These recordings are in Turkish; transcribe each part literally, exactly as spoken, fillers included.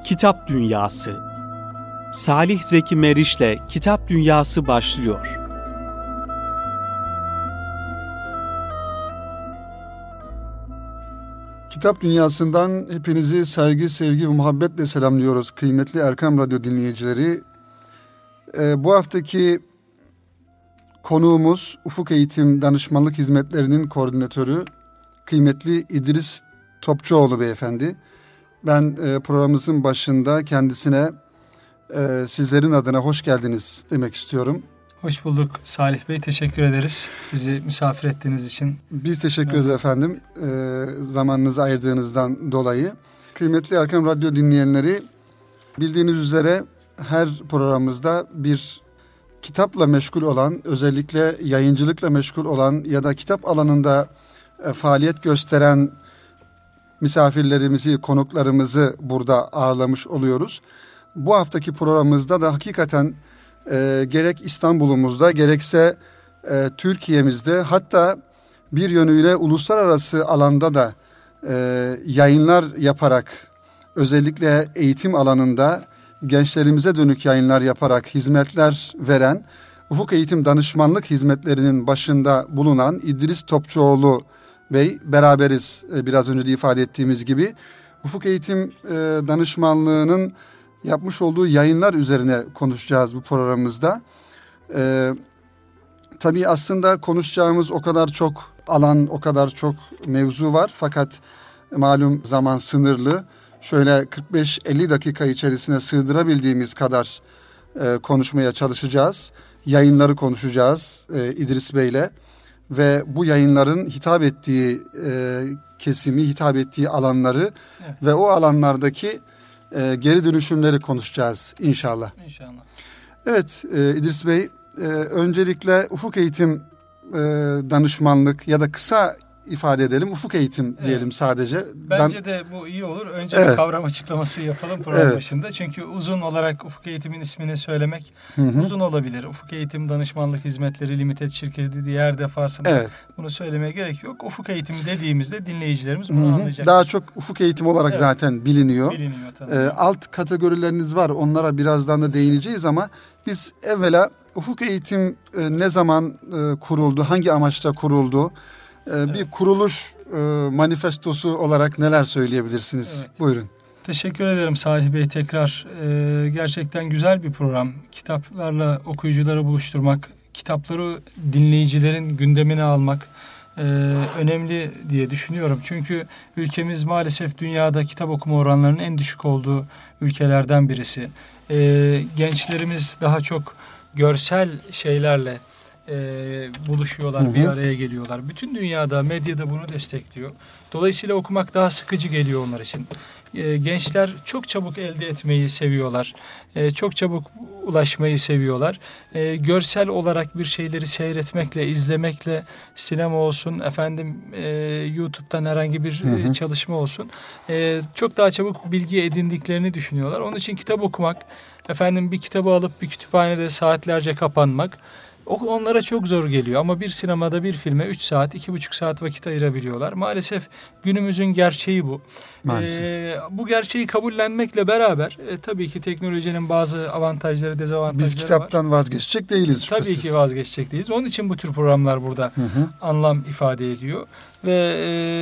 Kitap Dünyası. Salih Zeki Meriç'le Kitap Dünyası başlıyor. Kitap Dünyası'ndan hepinizi saygı, sevgi ve muhabbetle selamlıyoruz kıymetli Erkam Radyo dinleyicileri. Ee, bu haftaki konuğumuz Ufuk Eğitim Danışmanlık Hizmetlerinin koordinatörü kıymetli İdris Topçuoğlu beyefendi. Ben e, programımızın başında kendisine e, sizlerin adına hoş geldiniz demek istiyorum. Hoş bulduk Salih Bey, teşekkür ederiz bizi misafir ettiğiniz için. Biz teşekkür ederiz evet. efendim e, zamanınızı ayırdığınızdan dolayı. Kıymetli Erkam Radyo dinleyenleri, bildiğiniz üzere her programımızda bir kitapla meşgul olan, özellikle yayıncılıkla meşgul olan ya da kitap alanında e, faaliyet gösteren misafirlerimizi, konuklarımızı burada ağırlamış oluyoruz. Bu haftaki programımızda da hakikaten e, gerek İstanbul'umuzda gerekse e, Türkiye'mizde, hatta bir yönüyle uluslararası alanda da e, yayınlar yaparak, özellikle eğitim alanında gençlerimize dönük yayınlar yaparak hizmetler veren Ufuk Eğitim Danışmanlık Hizmetlerinin başında bulunan İdris Topçuoğlu Bey beraberiz. Biraz önce de ifade ettiğimiz gibi Ufuk Eğitim Danışmanlığı'nın yapmış olduğu yayınlar üzerine konuşacağız bu programımızda. Ee, tabii aslında konuşacağımız o kadar çok alan, o kadar çok mevzu var. Fakat malum zaman sınırlı. Şöyle kırk beş elli dakika içerisine sığdırabildiğimiz kadar e, konuşmaya çalışacağız. Yayınları konuşacağız e, İdris Bey'le. Ve bu yayınların hitap ettiği e, kesimi, hitap ettiği alanları evet. ve o alanlardaki e, geri dönüşümleri konuşacağız inşallah. İnşallah. Evet e, İdris Bey, e, öncelikle Ufuk Eğitim e, Danışmanlık ya da kısa ifade edelim, Ufuk Eğitim evet. diyelim sadece. Bence Dan- de bu iyi olur. Önce evet. bir kavram açıklaması yapalım program evet. başında. Çünkü uzun olarak Ufuk Eğitim'in ismini söylemek hı hı. uzun olabilir. Ufuk Eğitim Danışmanlık Hizmetleri Limited şirketi diye her defasında evet. bunu söylemeye gerek yok. Ufuk Eğitim dediğimizde dinleyicilerimiz bunu hı hı. anlayacak. Daha çok Ufuk Eğitim olarak evet. zaten biliniyor. Biliniyor tabii. Ee, alt kategorileriniz var. Onlara birazdan da değineceğiz ama biz evvela Ufuk Eğitim e, ne zaman e, kuruldu, hangi amaçla kuruldu? Evet. Bir kuruluş e, manifestosu olarak neler söyleyebilirsiniz? Evet. Buyurun. Teşekkür ederim Salih Bey tekrar. Ee, gerçekten güzel bir program. Kitaplarla okuyucuları buluşturmak, kitapları dinleyicilerin gündemine almak e, önemli diye düşünüyorum. Çünkü ülkemiz maalesef dünyada kitap okuma oranlarının en düşük olduğu ülkelerden birisi. E, gençlerimiz daha çok görsel şeylerle E, buluşuyorlar, hı hı. bir araya geliyorlar. Bütün dünyada, medyada bunu destekliyor. Dolayısıyla okumak daha sıkıcı geliyor onlar için. E, gençler çok çabuk elde etmeyi seviyorlar. E, çok çabuk ulaşmayı seviyorlar. E, görsel olarak bir şeyleri seyretmekle, izlemekle, sinema olsun, efendim e, YouTube'dan herhangi bir hı hı. E, çalışma olsun, e, çok daha çabuk bilgi edindiklerini düşünüyorlar. Onun için kitap okumak, efendim bir kitabı alıp bir kütüphanede saatlerce kapanmak, onlara çok zor geliyor ama bir sinemada bir filme üç saat, iki buçuk saat vakit ayırabiliyorlar. Maalesef günümüzün gerçeği bu. Maalesef. Ee, bu gerçeği kabullenmekle beraber e, tabii ki teknolojinin bazı avantajları, dezavantajları var. Biz kitaptan var. vazgeçecek değiliz. Tabii ki vazgeçecek değiliz. Onun için bu tür programlar burada hı hı. anlam ifade ediyor. Ve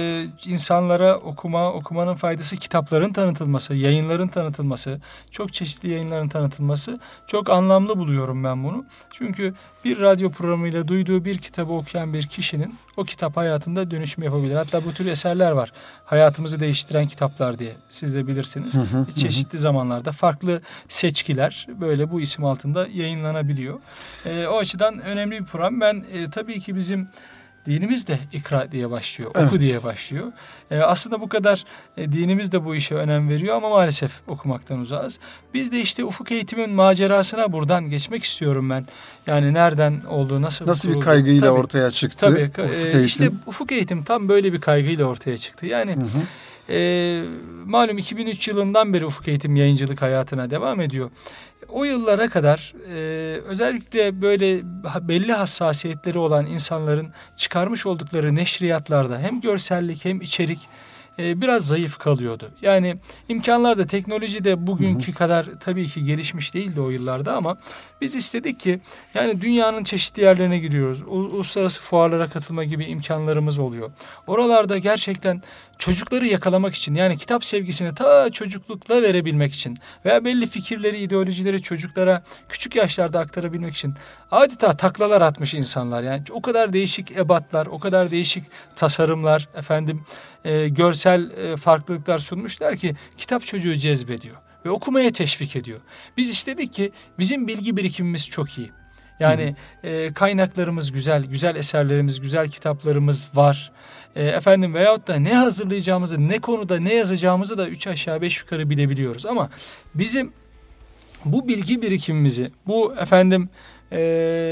e, insanlara okuma, okumanın faydası, kitapların tanıtılması, yayınların tanıtılması, çok çeşitli yayınların tanıtılması çok anlamlı buluyorum ben bunu. Çünkü bir radyo programıyla duyduğu bir kitabı okuyan bir kişinin o kitap hayatında dönüşüm yapabilir. Hatta bu tür eserler var. Hayatımızı değiştiren kitaplar diye. Siz de bilirsiniz. Hı hı, Çeşitli hı. zamanlarda farklı seçkiler böyle bu isim altında yayınlanabiliyor. E, o açıdan önemli bir program. Ben e, tabii ki bizim dinimiz de ikra diye başlıyor, evet. oku diye başlıyor. Ee, aslında bu kadar e, dinimiz de bu işe önem veriyor ama maalesef okumaktan uzağız. Biz de işte Ufuk Eğitim'in macerasına buradan geçmek istiyorum ben. Yani nereden olduğu, nasıl Nasıl kuruldu? bir kaygıyla tabii, ortaya çıktı tabii, Ufuk e, Eğitim? İşte Ufuk Eğitim tam böyle bir kaygıyla ortaya çıktı. Yani hı hı. E, malum iki bin üç yılından beri Ufuk Eğitim yayıncılık hayatına devam ediyor. O yıllara kadar e, özellikle böyle belli hassasiyetleri olan insanların çıkarmış oldukları neşriyatlarda hem görsellik hem içerik e, biraz zayıf kalıyordu. Yani imkanlar da, teknoloji de bugünkü hı hı. kadar tabii ki gelişmiş değildi o yıllarda ama biz istedik ki yani dünyanın çeşitli yerlerine giriyoruz. Uluslararası fuarlara katılma gibi imkanlarımız oluyor. Oralarda gerçekten çocukları yakalamak için, yani kitap sevgisini ta çocuklukla verebilmek için veya belli fikirleri, ideolojileri çocuklara küçük yaşlarda aktarabilmek için adeta taklalar atmış insanlar. Yani o kadar değişik ebatlar, o kadar değişik tasarımlar, efendim e, görsel e, farklılıklar sunmuşlar ki kitap çocuğu cezbediyor ve okumaya teşvik ediyor. Biz istedik ki bizim bilgi birikimimiz çok iyi. Yani e, kaynaklarımız güzel, güzel eserlerimiz, güzel kitaplarımız var. E, efendim veyahut da ne hazırlayacağımızı, ne konuda ne yazacağımızı da üç aşağı beş yukarı bilebiliyoruz. Ama bizim bu bilgi birikimimizi, bu efendim e,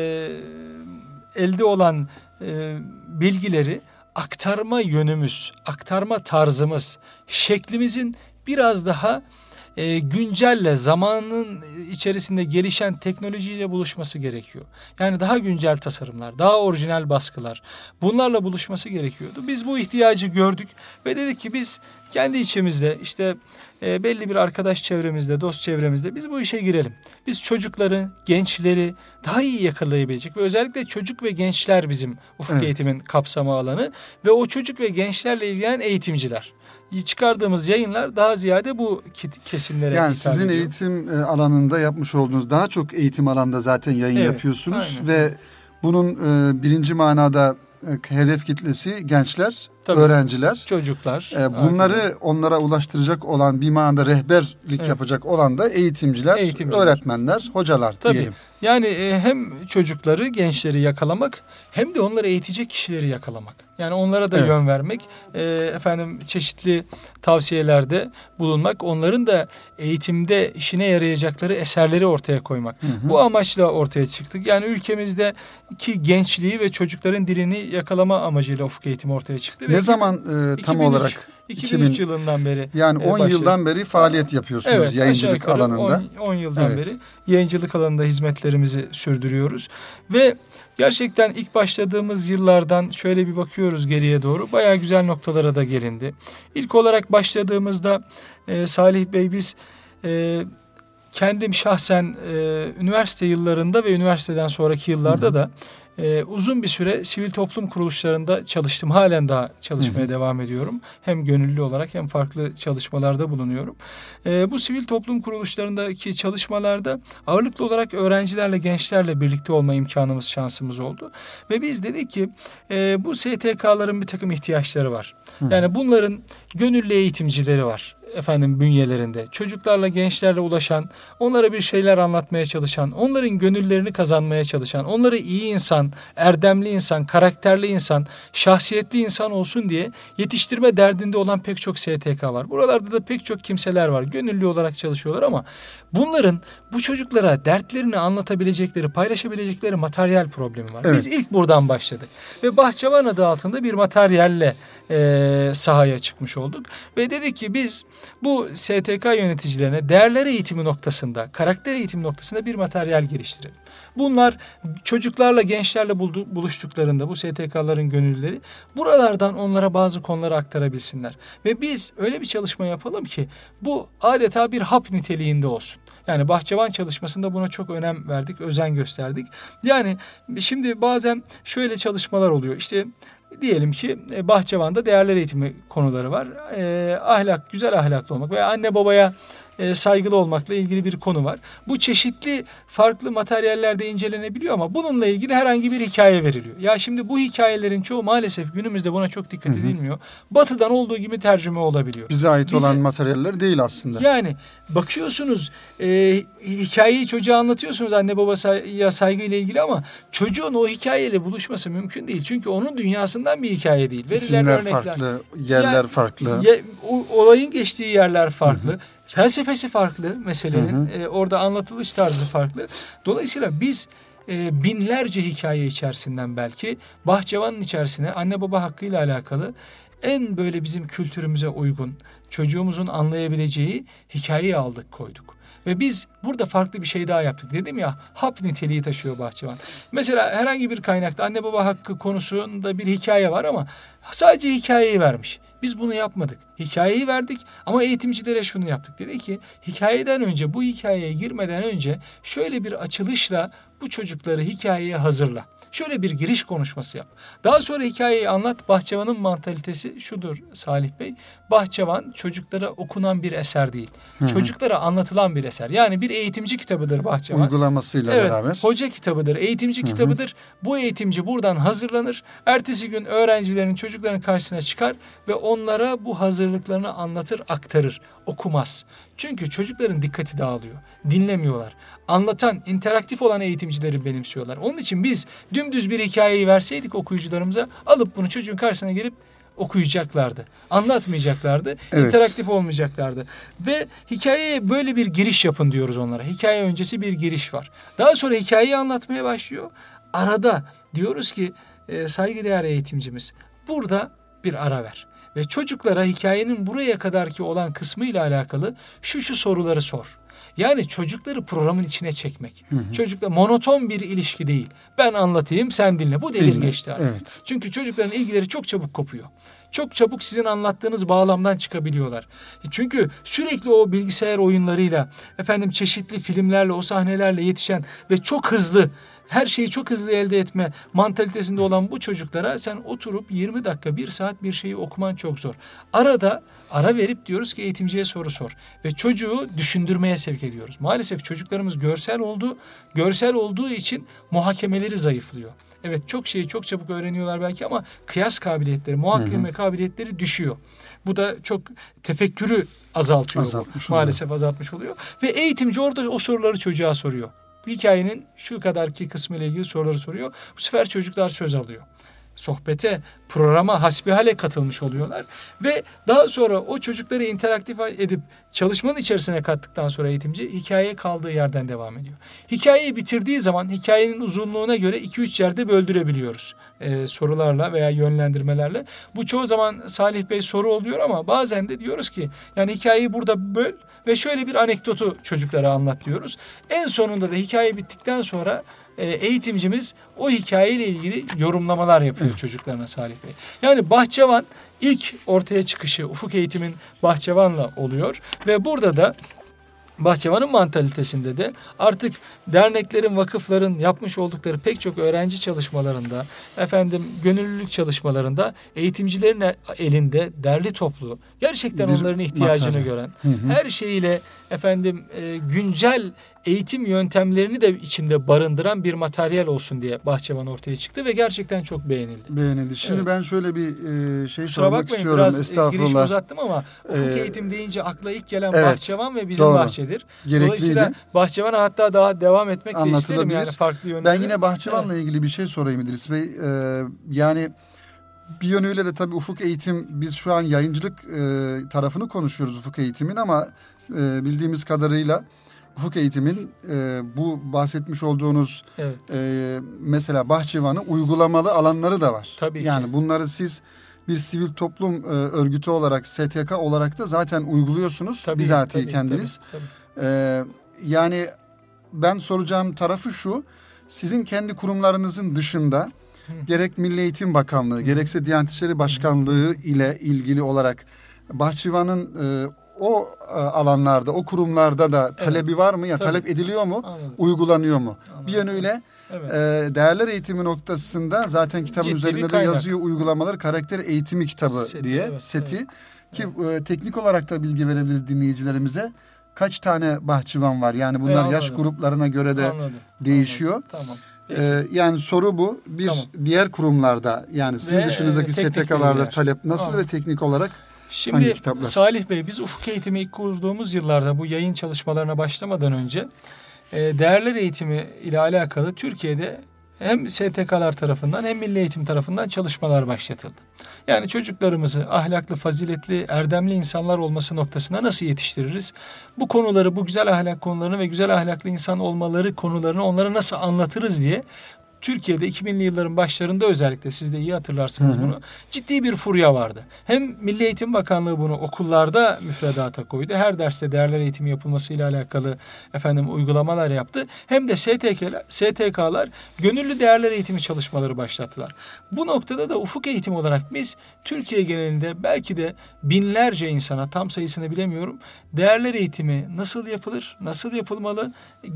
elde olan e, bilgileri aktarma yönümüz, aktarma tarzımız, şeklimizin biraz daha E, güncelle, zamanın içerisinde gelişen teknolojiyle buluşması gerekiyor. Yani daha güncel tasarımlar, daha orijinal baskılar, bunlarla buluşması gerekiyordu. Biz bu ihtiyacı gördük ve dedik ki biz kendi içimizde, işte e, belli bir arkadaş çevremizde, dost çevremizde biz bu işe girelim. Biz çocukları, gençleri daha iyi yakalayabilecek ve özellikle çocuk ve gençler bizim ufuk evet. eğitimin kapsama alanı ve o çocuk ve gençlerle ilgilenen eğitimciler. Çıkardığımız yayınlar daha ziyade bu kesimlere yani hitap sizin ediyor. eğitim alanında yapmış olduğunuz daha çok eğitim alanında zaten yayın evet, yapıyorsunuz aynen. Ve bunun e, birinci manada e, hedef kitlesi gençler, tabii, öğrenciler, çocuklar. E, bunları aynen. onlara ulaştıracak olan, bir manada rehberlik evet. yapacak olan da eğitimciler, eğitimciler, öğretmenler, hocalar tabii. diyelim. Yani e, hem çocukları, gençleri yakalamak hem de onları eğitecek kişileri yakalamak. Yani onlara da evet. yön vermek, e, efendim çeşitli tavsiyelerde bulunmak, onların da eğitimde işine yarayacakları eserleri ortaya koymak. Hı hı. Bu amaçla ortaya çıktık. Yani ülkemizdeki gençliği ve çocukların dilini yakalama amacıyla ufuk eğitimi ortaya çıktı. Ne ve zaman e, tam olarak? iki bin üç yılından beri. Yani on başladı. Yıldan beri faaliyet yapıyorsunuz evet, yayıncılık alanında. on yıldan evet. beri yayıncılık alanında hizmetlerimizi sürdürüyoruz. Ve gerçekten ilk başladığımız yıllardan şöyle bir bakıyoruz geriye doğru. Bayağı güzel noktalara da gelindi. İlk olarak başladığımızda e, Salih Bey biz e, kendim şahsen e, üniversite yıllarında ve üniversiteden sonraki yıllarda Hı-hı. da Ee, uzun bir süre sivil toplum kuruluşlarında çalıştım. Halen daha çalışmaya hı hı. devam ediyorum. Hem gönüllü olarak hem farklı çalışmalarda bulunuyorum. Ee, bu sivil toplum kuruluşlarındaki çalışmalarda ağırlıklı olarak öğrencilerle, gençlerle birlikte olma imkanımız, şansımız oldu. Ve biz dedik ki e, bu S T K'ların bir takım ihtiyaçları var. Hı. Yani bunların gönüllü eğitimcileri var. Efendim bünyelerinde çocuklarla, gençlerle ulaşan, onlara bir şeyler anlatmaya çalışan, onların gönüllerini kazanmaya çalışan, onları iyi insan, erdemli insan, karakterli insan, şahsiyetli insan olsun diye yetiştirme derdinde olan pek çok S T K var. Buralarda da pek çok kimseler var. Gönüllü olarak çalışıyorlar ama bunların bu çocuklara dertlerini anlatabilecekleri, paylaşabilecekleri materyal problemi var. Evet. Biz ilk buradan başladık ve Bahçevan adı altında bir materyalle e, sahaya çıkmış olduk ve dedik ki biz bu S T K yöneticilerine değerler eğitimi noktasında, karakter eğitimi noktasında bir materyal geliştirelim. Bunlar çocuklarla, gençlerle buldu, buluştuklarında bu S T K'ların gönüllüleri buralardan onlara bazı konuları aktarabilsinler. Ve biz öyle bir çalışma yapalım ki bu adeta bir hap niteliğinde olsun. Yani Bahçevan çalışmasında buna çok önem verdik, özen gösterdik. Yani şimdi bazen şöyle çalışmalar oluyor. İşte diyelim ki Bahçevan'da değerler eğitimi konuları var. E, ahlak, güzel ahlaklı olmak veya anne babaya e, saygılı olmakla ilgili bir konu var. Bu çeşitli farklı materyallerde incelenebiliyor ama bununla ilgili herhangi bir hikaye veriliyor. Ya şimdi bu hikayelerin çoğu maalesef günümüzde buna çok dikkat Hı-hı. edilmiyor. Batı'dan olduğu gibi tercüme olabiliyor. Bize ait Bize, olan materyaller değil aslında. Yani bakıyorsunuz e, hikayeyi çocuğa anlatıyorsunuz anne babaya saygıyla ilgili ama çocuğun o hikayeyle buluşması mümkün değil. Çünkü onun dünyasından bir hikaye değil. Verilen İsimler örnekler farklı, yerler yani, farklı. Ye, o, olayın geçtiği yerler farklı. Hı-hı. Felsefesi farklı meselenin. Hı hı. E, orada anlatılış tarzı farklı. Dolayısıyla biz e, binlerce hikaye içerisinden belki Bahçevan'ın içerisine anne baba hakkıyla alakalı en böyle bizim kültürümüze uygun, çocuğumuzun anlayabileceği hikayeyi aldık, koyduk. Ve biz burada farklı bir şey daha yaptık. Dedim ya, hap niteliği taşıyor Bahçevan. Mesela herhangi bir kaynakta anne baba hakkı konusunda bir hikaye var ama sadece hikayeyi vermiş. Biz bunu yapmadık. Hikayeyi verdik ama eğitimcilere şunu yaptık. Dedi ki hikayeden önce, bu hikayeye girmeden önce şöyle bir açılışla bu çocukları hikayeye hazırla. Şöyle bir giriş konuşması yap. Daha sonra hikayeyi anlat. Bahçıvanın mantalitesi şudur Salih Bey. Bahçıvan çocuklara okunan bir eser değil. Hı-hı. Çocuklara anlatılan bir eser. Yani bir eğitimci kitabıdır Bahçıvan. Uygulamasıyla evet, beraber. Hoca kitabıdır, eğitimci Hı-hı. kitabıdır. Bu eğitimci buradan hazırlanır. Ertesi gün öğrencilerin, çocukların karşısına çıkar ve onlara bu hazırlıklarını anlatır, aktarır. Okumaz. Çünkü çocukların dikkati dağılıyor. Dinlemiyorlar. Anlatan, interaktif olan eğitimcileri benimsiyorlar. Onun için biz dümdüz bir hikayeyi verseydik okuyucularımıza, alıp bunu çocuğun karşısına gelip okuyacaklardı. Anlatmayacaklardı. Evet. İnteraktif olmayacaklardı. Ve hikayeye böyle bir giriş yapın diyoruz onlara. Hikaye öncesi bir giriş var. Daha sonra hikayeyi anlatmaya başlıyor. Arada diyoruz ki e, saygıdeğer eğitimcimiz, burada bir ara ver. Ve çocuklara hikayenin buraya kadarki olan kısmıyla alakalı şu şu soruları sor. Yani çocukları programın içine çekmek. Hı hı. Çocukla monoton bir ilişki değil. Ben anlatayım, sen dinle. Bu devir geçti artık. Evet. Çünkü çocukların ilgileri çok çabuk kopuyor. Çok çabuk sizin anlattığınız bağlamdan çıkabiliyorlar. Çünkü sürekli o bilgisayar oyunlarıyla, efendim çeşitli filmlerle, o sahnelerle yetişen ve çok hızlı, her şeyi çok hızlı elde etme mantalitesinde olan bu çocuklara sen oturup yirmi dakika, bir saat bir şeyi okuman çok zor. Arada ara verip diyoruz ki eğitimciye soru sor ve çocuğu düşündürmeye sevk ediyoruz. Maalesef çocuklarımız görsel oldu, görsel olduğu için muhakemeleri zayıflıyor. Evet, çok şeyi çok çabuk öğreniyorlar belki ama kıyas kabiliyetleri, muhakeme hı hı. kabiliyetleri düşüyor. Bu da çok tefekkürü azaltıyor. Azaltmış Maalesef oluyor. azaltmış oluyor. Ve eğitimci orada o soruları çocuğa soruyor. Hikayenin şu kadarki kısmı ile ilgili soruları soruyor. Bu sefer çocuklar söz alıyor. Sohbete, programa hasbihale katılmış oluyorlar. Ve daha sonra o çocukları interaktif edip çalışmanın içerisine kattıktan sonra eğitimci hikayeye kaldığı yerden devam ediyor. Hikayeyi bitirdiği zaman hikayenin uzunluğuna göre iki üç yerde böldürebiliyoruz. Ee, sorularla veya yönlendirmelerle. Bu çoğu zaman Salih Bey soru oluyor ama bazen de diyoruz ki yani hikayeyi burada böl ve şöyle bir anekdotu çocuklara anlat diyoruz. En sonunda da hikaye bittikten sonra eğitimcimiz o hikayeyle ilgili yorumlamalar yapıyor evet. çocuklarına Salih Bey. Yani Bahçıvan ilk ortaya çıkışı Ufuk Eğitim'in Bahçıvan'la oluyor ve burada da Bahçıvan'ın mantalitesinde de artık derneklerin, vakıfların yapmış oldukları pek çok öğrenci çalışmalarında, efendim gönüllülük çalışmalarında eğitimcilerin elinde derli toplu, gerçekten bir onların ihtiyacını materyal. gören, hı hı. her şeyiyle efendim e, güncel eğitim yöntemlerini de içinde barındıran bir materyal olsun diye Bahçıvan ortaya çıktı ve gerçekten çok beğenildi. Beğenildi. Şimdi evet. ben şöyle bir e, şey Kusura sormak bakmayın, istiyorum. Biraz Estağfurullah. giriş uzattım ama Ufuk ee, Eğitim deyince akla ilk gelen evet, Bahçıvan ve bizim doğru. bahçedir. Gerekliydi. Dolayısıyla Bahçıvan'a hatta daha devam etmek de isterim yani farklı yönlere. Ben yine Bahçıvan'la evet. ilgili bir şey sorayım İdris Bey. Ee, yani bir yönüyle de tabii Ufuk Eğitim, biz şu an yayıncılık e, tarafını konuşuyoruz Ufuk Eğitim'in ama e, bildiğimiz kadarıyla Ufuk Eğitim'in e, bu bahsetmiş olduğunuz evet. e, mesela Bahçıvan'ın uygulamalı alanları da var. Tabii yani ki. bunları siz bir sivil toplum e, örgütü olarak, S T K olarak da zaten uyguluyorsunuz tabii, bizatihi tabii, kendiniz. Tabii, tabii. E, yani ben soracağım tarafı şu, sizin kendi kurumlarınızın dışında Hı. gerek Milli Eğitim Bakanlığı, Hı. gerekse Diyanet İşleri Başkanlığı Hı. ile ilgili olarak Bahçıvan'ın e, o alanlarda, o kurumlarda da talebi evet. var mı? Ya Tabii. talep ediliyor mu? Anladım. Uygulanıyor mu? Anladım. Bir yönüyle evet. e, değerler eğitimi noktasında zaten kitabın Ciddi üzerinde de yazıyor uygulamalar, karakter eğitimi kitabı seti, diye evet, seti evet. ki evet. E, teknik olarak da bilgi verebiliriz dinleyicilerimize. Kaç tane bahçıvan var? Yani bunlar evet, yaş gruplarına göre de anladım. değişiyor. Anladım. Tamam. Ee, yani soru bu. Bir tamam. diğer kurumlarda yani sizin ve, dışınızdaki S T K'larda talep nasıl tamam. ve teknik olarak Şimdi Salih Bey, biz Ufuk Eğitimi ilk kurduğumuz yıllarda bu yayın çalışmalarına başlamadan önce e, değerler eğitimi ile alakalı Türkiye'de hem S T K'lar tarafından hem Milli Eğitim tarafından çalışmalar başlatıldı. Yani çocuklarımızı ahlaklı, faziletli, erdemli insanlar olması noktasına nasıl yetiştiririz? Bu konuları, bu güzel ahlak konularını ve güzel ahlaklı insan olmaları konularını onlara nasıl anlatırız diye Türkiye'de iki binli yılların başlarında özellikle siz de iyi hatırlarsınız Hı hı. bunu. Ciddi bir furya vardı. Hem Milli Eğitim Bakanlığı bunu okullarda müfredata koydu. Her derste değerler eğitimi yapılmasıyla alakalı efendim uygulamalar yaptı. Hem de S T K'ler, S T K'lar gönüllü değerler eğitimi çalışmaları başlattılar. Bu noktada da ufuk eğitimi olarak biz Türkiye genelinde belki de binlerce insana, tam sayısını bilemiyorum, değerler eğitimi nasıl yapılır, nasıl yapılmalı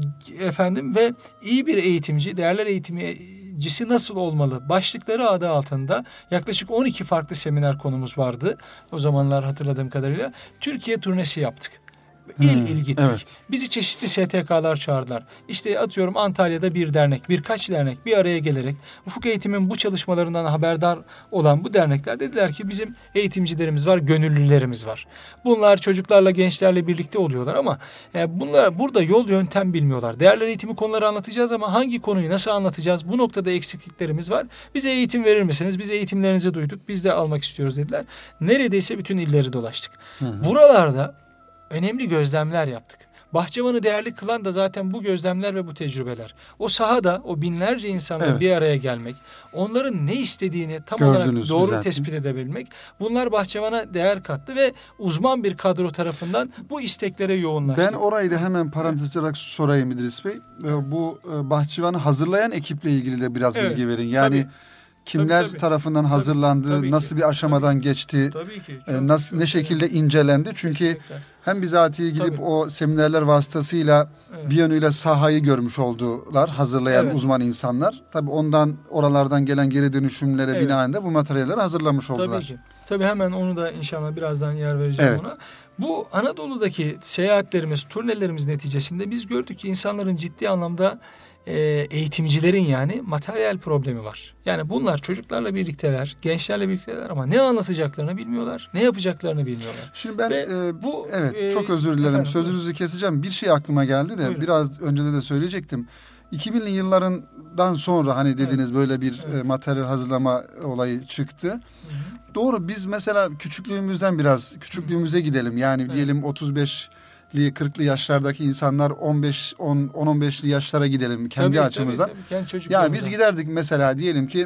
efendim ve iyi bir eğitimci, değerler eğitimcisi nasıl olmalı başlıkları adı altında yaklaşık on iki farklı seminer konumuz vardı. O zamanlar hatırladığım kadarıyla Türkiye turnesi yaptık. İl Hmm, il gittik. evet. Bizi çeşitli S T K'lar çağırdılar. İşte atıyorum Antalya'da bir dernek, birkaç dernek bir araya gelerek ufuk eğitimin bu çalışmalarından haberdar olan bu dernekler dediler ki bizim eğitimcilerimiz var, gönüllülerimiz var. Bunlar çocuklarla, gençlerle birlikte oluyorlar ama e, bunlar burada yol yöntem bilmiyorlar. Değerler eğitimi konuları anlatacağız ama hangi konuyu nasıl anlatacağız? Bu noktada eksikliklerimiz var. Bize eğitim verir misiniz? Biz eğitimlerinizi duyduk. Biz de almak istiyoruz dediler. Neredeyse bütün illeri dolaştık. Hı hı. Buralarda önemli gözlemler yaptık. Bahçıvanı değerli kılan da zaten bu gözlemler ve bu tecrübeler. O sahada o binlerce insanla Evet. bir araya gelmek, onların ne istediğini tam Gördünüz olarak doğru zaten. tespit edebilmek, bunlar Bahçıvan'a değer kattı ve uzman bir kadro tarafından bu isteklere yoğunlaştı. Ben orayı da hemen parantez açarak sorayım İdris Bey. Ee, Bu e, bahçıvanı hazırlayan ekiple ilgili de biraz Evet, bilgi verin. Yani tabii. kimler Tabii, tabii. tarafından hazırlandı, tabii ki, nasıl bir aşamadan geçti, Tabii ki. e, Çok- nasıl çok ne şekilde incelendi? Çünkü kesinlikle. hem bizatihi gidip Tabii. o seminerler vasıtasıyla Evet. bir yönüyle sahayı görmüş oldular hazırlayan Evet. uzman insanlar. Tabii ondan oralardan gelen geri dönüşümlere Evet. binaen de bu materyalleri hazırlamış oldular. Tabii ki. Tabii hemen onu da inşallah birazdan yer vereceğim Evet. ona. Bu Anadolu'daki seyahatlerimiz, turnelerimiz neticesinde biz gördük ki insanların ciddi anlamda e, eğitimcilerin yani materyal problemi var. Yani bunlar çocuklarla birlikteler, gençlerle birlikteler ama ne anlatacaklarını bilmiyorlar, ne yapacaklarını bilmiyorlar. Şimdi ben Ve e, bu, evet e, çok özür dilerim efendim, sözünüzü keseceğim. Bir şey aklıma geldi de Buyurun. biraz önce de, de söyleyecektim. iki binli yıllarından sonra hani dediniz böyle bir Evet. e, materyal hazırlama olayı çıktı. Hı hı. Doğru, biz mesela küçüklüğümüzden biraz küçüklüğümüze gidelim. Yani Evet. diyelim otuz beşli kırklı yaşlardaki insanlar on beş on on beşli yaşlara gidelim kendi Tabii, açımızdan. tabii, tabii, kendi Ya çocuklarımıza. biz giderdik mesela diyelim ki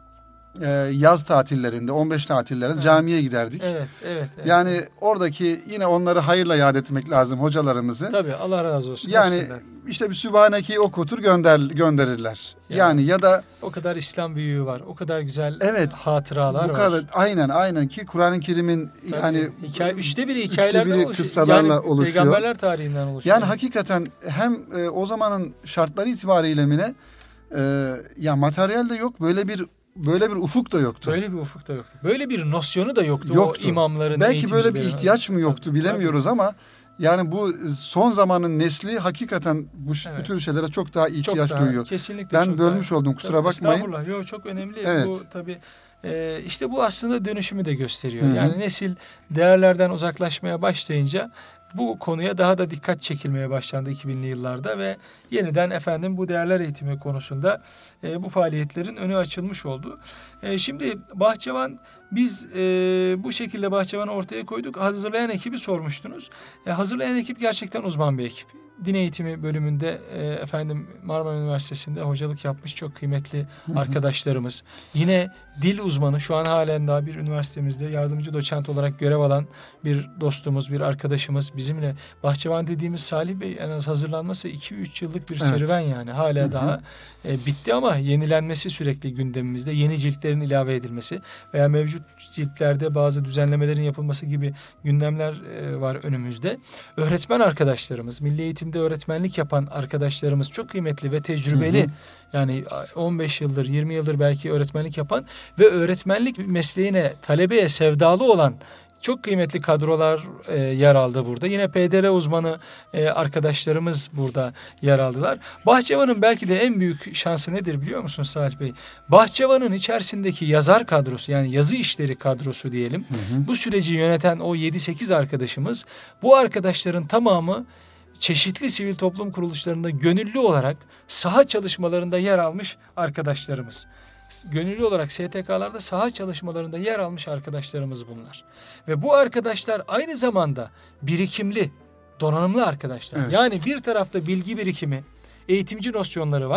e, yaz tatillerinde on beş tatillerinde Evet. camiye giderdik. Evet, evet. evet. Yani oradaki yine onları hayırla yad etmek lazım hocalarımızı. Tabii Allah razı olsun. Yani hepsinden. işte bir Sübhaneke'yi okutur gönder gönderirler. Yani. Yani ya da O kadar İslam büyüğü var. O kadar güzel Evet, hatıralar bu var. kadar aynen aynen ki Kur'an-ı Kerim'in Tabii, yani hikaye, üçte biri üçte hikayelerden biri oluşuyor. kıssalarla yani oluşuyor. Peygamberler tarihinden oluşuyor. Yani hakikaten hem e, o zamanın şartları itibariyle mi ne e, ya materyal de yok, böyle bir böyle bir ufuk da yoktu. Böyle bir ufukta yoktu. Böyle bir nosyonu da yoktu, Yoktu. o imamların, Belki böyle bir eğitimcilerin. ihtiyaç mı yoktu Tabii, bilemiyoruz tabii. ama yani bu son zamanın nesli hakikaten bu, Evet. bu tür şeylere çok daha Çok ihtiyaç daha, duyuyor. Kesinlikle Ben çok bölmüş daha. oldum, kusura Tabii, bakmayın. Estağfurullah. Yok, çok önemli. Evet. Bu tabii e, işte bu aslında dönüşümü de gösteriyor. Hı hı. Yani nesil değerlerden uzaklaşmaya başlayınca bu konuya daha da dikkat çekilmeye başlandı iki binli yıllarda ve yeniden efendim bu değerler eğitimi konusunda e, bu faaliyetlerin önü açılmış oldu. E, şimdi Bahçıvan, biz e, bu şekilde Bahçıvan'ı ortaya koyduk. Hazırlayan ekibi sormuştunuz. E, hazırlayan ekip gerçekten uzman bir ekip. Din eğitimi bölümünde e, efendim Marmara Üniversitesi'nde hocalık yapmış çok kıymetli arkadaşlarımız. Yine dil uzmanı, şu an halen daha bir üniversitemizde yardımcı doçent olarak görev alan bir dostumuz, bir arkadaşımız bizimle. Bahçıvan dediğimiz Salih Bey en az hazırlanması iki üç yıllık bir Evet. serüven yani. Hala Hı hı. daha e, bitti ama yenilenmesi sürekli gündemimizde. Yeni ciltlerin ilave edilmesi veya mevcut ciltlerde bazı düzenlemelerin yapılması gibi gündemler e, var önümüzde. Öğretmen arkadaşlarımız, milli eğitimde öğretmenlik yapan arkadaşlarımız çok kıymetli ve tecrübeli. Hı hı. Yani on beş yıldır, yirmi yıldır belki öğretmenlik yapan ve öğretmenlik mesleğine, talebeye sevdalı olan çok kıymetli kadrolar e, yer aldı burada. Yine P D R uzmanı e, arkadaşlarımız burada yer aldılar. Bahçıvan'ın belki de en büyük şansı nedir biliyor musun Salih Bey? Bahçıvan'ın içerisindeki yazar kadrosu, yani yazı işleri kadrosu diyelim. Hı hı. Bu süreci yöneten o yedi sekiz arkadaşımız, bu arkadaşların tamamı çeşitli sivil toplum kuruluşlarında gönüllü olarak saha çalışmalarında yer almış arkadaşlarımız. Gönüllü olarak S T K'larda saha çalışmalarında yer almış arkadaşlarımız bunlar. Ve bu arkadaşlar aynı zamanda birikimli, donanımlı arkadaşlar. Evet. Yani bir tarafta bilgi birikimi, eğitimci nosyonları var.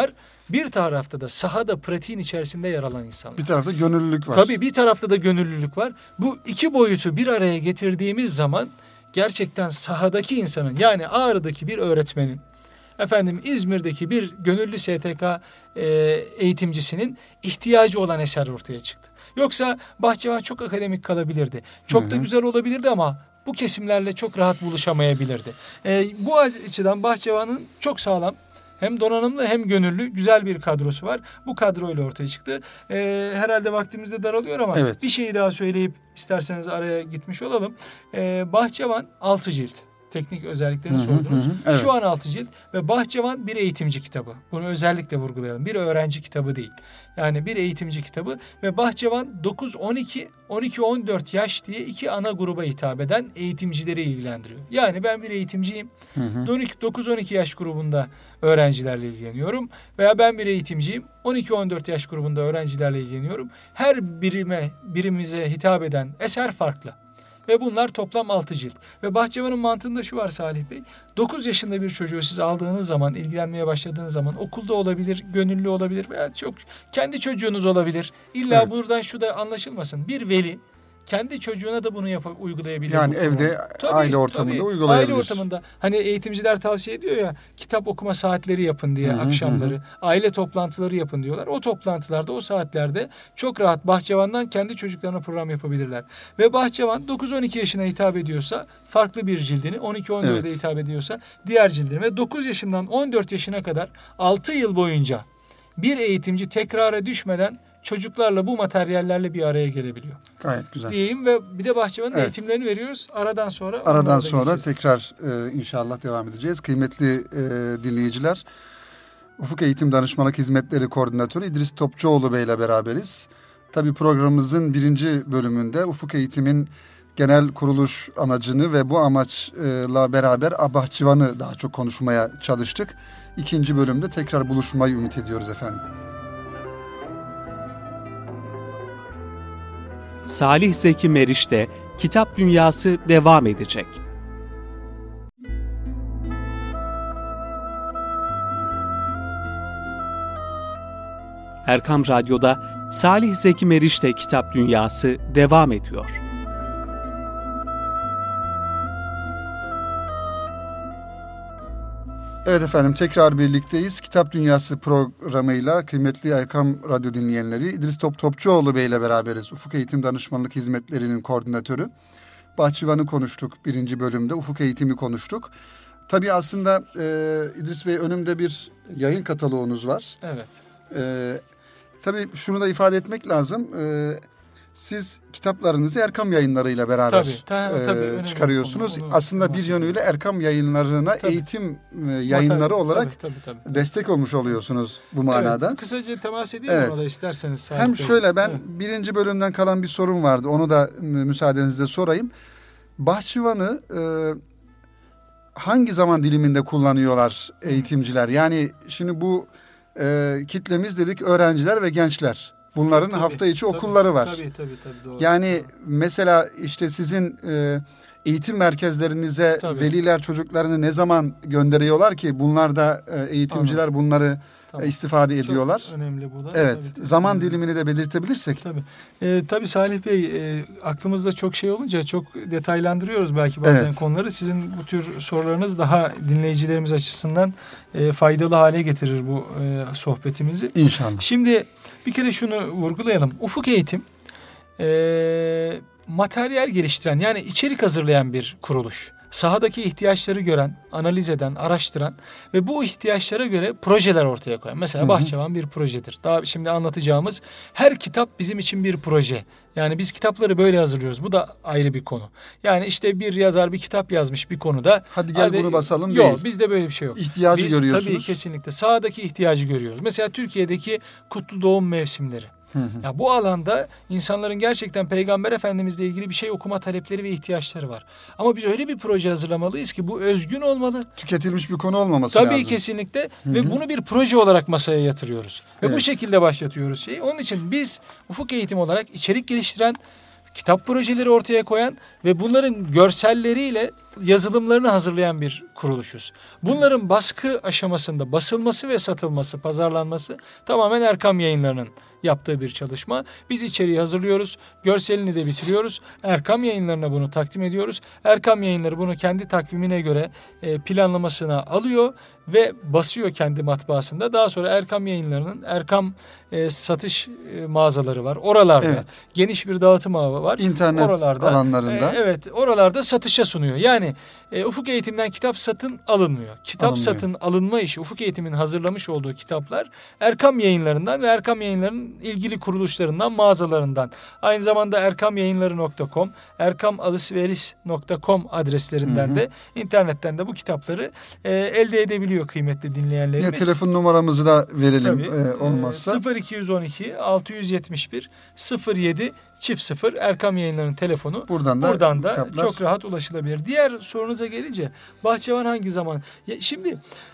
Bir tarafta da sahada pratiğin içerisinde yer alan insanlar. Bir tarafta gönüllülük var. Tabii bir tarafta da gönüllülük var. Bu iki boyutu bir araya getirdiğimiz zaman gerçekten sahadaki insanın, yani Ağrı'daki bir öğretmenin, efendim İzmir'deki bir gönüllü S T K e, eğitimcisinin ihtiyacı olan eser ortaya çıktı. Yoksa Bahçıvan çok akademik kalabilirdi. Çok Hı-hı. da güzel olabilirdi ama bu kesimlerle çok rahat buluşamayabilirdi. E, bu açıdan Bahçıvan'ın çok sağlam, hem donanımlı hem gönüllü güzel bir kadrosu var. Bu kadroyla ortaya çıktı. Ee, herhalde vaktimiz de daralıyor ama evet. bir şeyi daha söyleyip isterseniz araya gitmiş olalım. Ee, Bahçıvan altı cilt. Teknik özelliklerini hı hı, sordunuz. Hı, evet. Şu an altı cilt ve Bahçıvan bir eğitimci kitabı. Bunu özellikle vurgulayalım. Bir öğrenci kitabı değil. Yani bir eğitimci kitabı ve Bahçıvan dokuz on iki, on iki on dört yaş diye iki ana gruba hitap eden eğitimcileri ilgilendiriyor. Yani ben bir eğitimciyim. Hı hı. dokuz on iki yaş grubunda öğrencilerle ilgileniyorum veya ben bir eğitimciyim. on iki on dört yaş grubunda öğrencilerle ilgileniyorum. Her birime, birimize hitap eden eser farklı. Ve bunlar toplam altı cilt. Ve Bahçıvan'ın mantığında şu var Salih Bey. dokuz yaşında bir çocuğu siz aldığınız zaman, ilgilenmeye başladığınız zaman okulda olabilir, gönüllü olabilir veya çok kendi çocuğunuz olabilir. İlla evet. buradan şu da anlaşılmasın. Bir veli kendi çocuğuna da bunu yapıp uygulayabilir. Yani evde tabii, aile ortamında tabii, uygulayabilir. Aile ortamında. Hani eğitimciler tavsiye ediyor ya, kitap okuma saatleri yapın diye, hı hı, akşamları. Hı. Aile toplantıları yapın diyorlar. O toplantılarda, o saatlerde çok rahat Bahçıvan'dan kendi çocuklarına program yapabilirler. Ve Bahçıvan dokuz on iki yaşına hitap ediyorsa farklı bir cildini, on iki on dörde evet. hitap ediyorsa diğer cildini ve dokuz yaşından on dört yaşına kadar altı yıl boyunca bir eğitimci tekrara düşmeden çocuklarla bu materyallerle bir araya gelebiliyor. Gayet güzel. Diyeyim ve bir de Bahçıvan'ın evet. eğitimlerini veriyoruz. Aradan sonra Aradan sonra geçeceğiz. Tekrar e, inşallah devam edeceğiz. Kıymetli e, dinleyiciler, Ufuk Eğitim Danışmanlık Hizmetleri Koordinatörü İdris Topçuoğlu Bey ile beraberiz. Tabii programımızın birinci bölümünde Ufuk Eğitim'in genel kuruluş amacını ve bu amaçla beraber Bahçıvan'ı daha çok konuşmaya çalıştık. İkinci bölümde tekrar buluşmayı ümit ediyoruz efendim. Salih Zeki Meriç'te Kitap Dünyası devam edecek. Erkam Radyo'da Salih Zeki Meriç'te Kitap Dünyası devam ediyor. Evet efendim, tekrar birlikteyiz. Kitap Dünyası programıyla kıymetli Erkam Radyo dinleyenleri, İdris Top Topçuoğlu Bey ile beraberiz. Ufuk Eğitim Danışmanlık Hizmetleri'nin koordinatörü. Bahçıvan'ı konuştuk birinci bölümde, Ufuk Eğitim'i konuştuk. Tabii aslında e, İdris Bey, önümde bir yayın kataloğunuz var. Evet. E, tabii şunu da ifade etmek lazım. E, Siz kitaplarınızı Erkam Yayınları ile beraber tabii, ta, tabii, e, çıkarıyorsunuz. Onu, onu, Aslında onu bir yönüyle Erkam Yayınları'na tabii. eğitim e, yayınları tabii, olarak tabii, tabii, tabii. destek olmuş oluyorsunuz bu manada. Evet, kısaca temas edeyim evet. ona da isterseniz. Hem şöyle, ben evet. birinci bölümden kalan bir sorum vardı. Onu da müsaadenizle sorayım. Bahçıvan'ı e, hangi zaman diliminde kullanıyorlar eğitimciler? Yani şimdi bu e, kitlemiz dedik öğrenciler ve gençler. Bunların tabii, hafta içi tabii, okulları var. Tabii tabii tabii doğru. Yani mesela işte sizin e, eğitim merkezlerinize tabii. veliler çocuklarını ne zaman gönderiyorlar ki bunlar da e, eğitimciler tamam. bunları tamam. e, istifade Çok ediyorlar. Çok önemli bu da. Evet. Tabii, zaman tabii. dilimini de belirtebilirsek. Tabii. E, tabii Salih Bey, e, aklımızda çok şey olunca çok detaylandırıyoruz belki bazen evet. konuları. Sizin bu tür sorularınız daha dinleyicilerimiz açısından e, faydalı hale getirir bu e, sohbetimizi. İnşallah. Şimdi bir kere şunu vurgulayalım. Ufuk Eğitim e, materyal geliştiren, yani içerik hazırlayan bir kuruluş. Sahadaki ihtiyaçları gören, analiz eden, araştıran ve bu ihtiyaçlara göre projeler ortaya koyan. Mesela hı hı. Bahçıvan bir projedir. Daha şimdi anlatacağımız her kitap bizim için bir proje. Yani biz kitapları böyle hazırlıyoruz. Bu da ayrı bir konu. Yani işte bir yazar bir kitap yazmış bir konuda. Hadi gel hadi, bunu basalım yok, değil. Yok, bizde böyle bir şey yok. İhtiyacı biz, görüyorsunuz. Tabii kesinlikle sahadaki ihtiyacı görüyoruz. Mesela Türkiye'deki kutlu doğum mevsimleri. Hı hı. Ya bu alanda insanların gerçekten Peygamber Efendimizle ilgili bir şey okuma talepleri ve ihtiyaçları var. Ama biz öyle bir proje hazırlamalıyız ki bu özgün olmalı. Tüketilmiş bir konu olmaması Tabii lazım. Tabii kesinlikle hı hı. ve bunu bir proje olarak masaya yatırıyoruz. Ve evet. bu şekilde başlatıyoruz şeyi. Onun için biz Ufuk Eğitim olarak içerik geliştiren, kitap projeleri ortaya koyan ve bunların görselleriyle yazılımlarını hazırlayan bir kuruluşuz. Bunların evet. baskı aşamasında basılması ve satılması, pazarlanması tamamen Erkam Yayınları'nın yaptığı bir çalışma. Biz içeriği hazırlıyoruz, görselini de bitiriyoruz. Erkam Yayınları'na bunu takdim ediyoruz. Erkam Yayınları bunu kendi takvimine göre e, planlamasına alıyor ve basıyor kendi matbaasında. Daha sonra Erkam Yayınları'nın Erkam e, satış e, mağazaları var. Oralarda evet. geniş bir dağıtım ağı var. İnternet oralarda, alanlarında. E, evet, oralarda satışa sunuyor. Yani e, Ufuk Eğitim'den kitap satın alınmıyor. Kitap Alınmıyor. satın alınma işi, Ufuk Eğitim'in hazırlamış olduğu kitaplar Erkam Yayınları'ndan ve Erkam Yayınları'nın ilgili kuruluşlarından, mağazalarından. Aynı zamanda erkam yayınları nokta com, erkam alışveriş nokta com adreslerinden hı hı. de internetten de bu kitapları e, elde edebiliyor kıymetli dinleyenlerimiz. Ya telefon numaramızı da verelim e, olmazsa. sıfır iki yüz on iki altı yüz yetmiş bir sıfır yedi çift sıfır Erkam Yayınları'nın telefonu. Buradan da, Buradan da kitaplar... çok rahat ulaşılabilir. Diğer sorunuza gelince Bahçıvan hangi zaman? Ya şimdi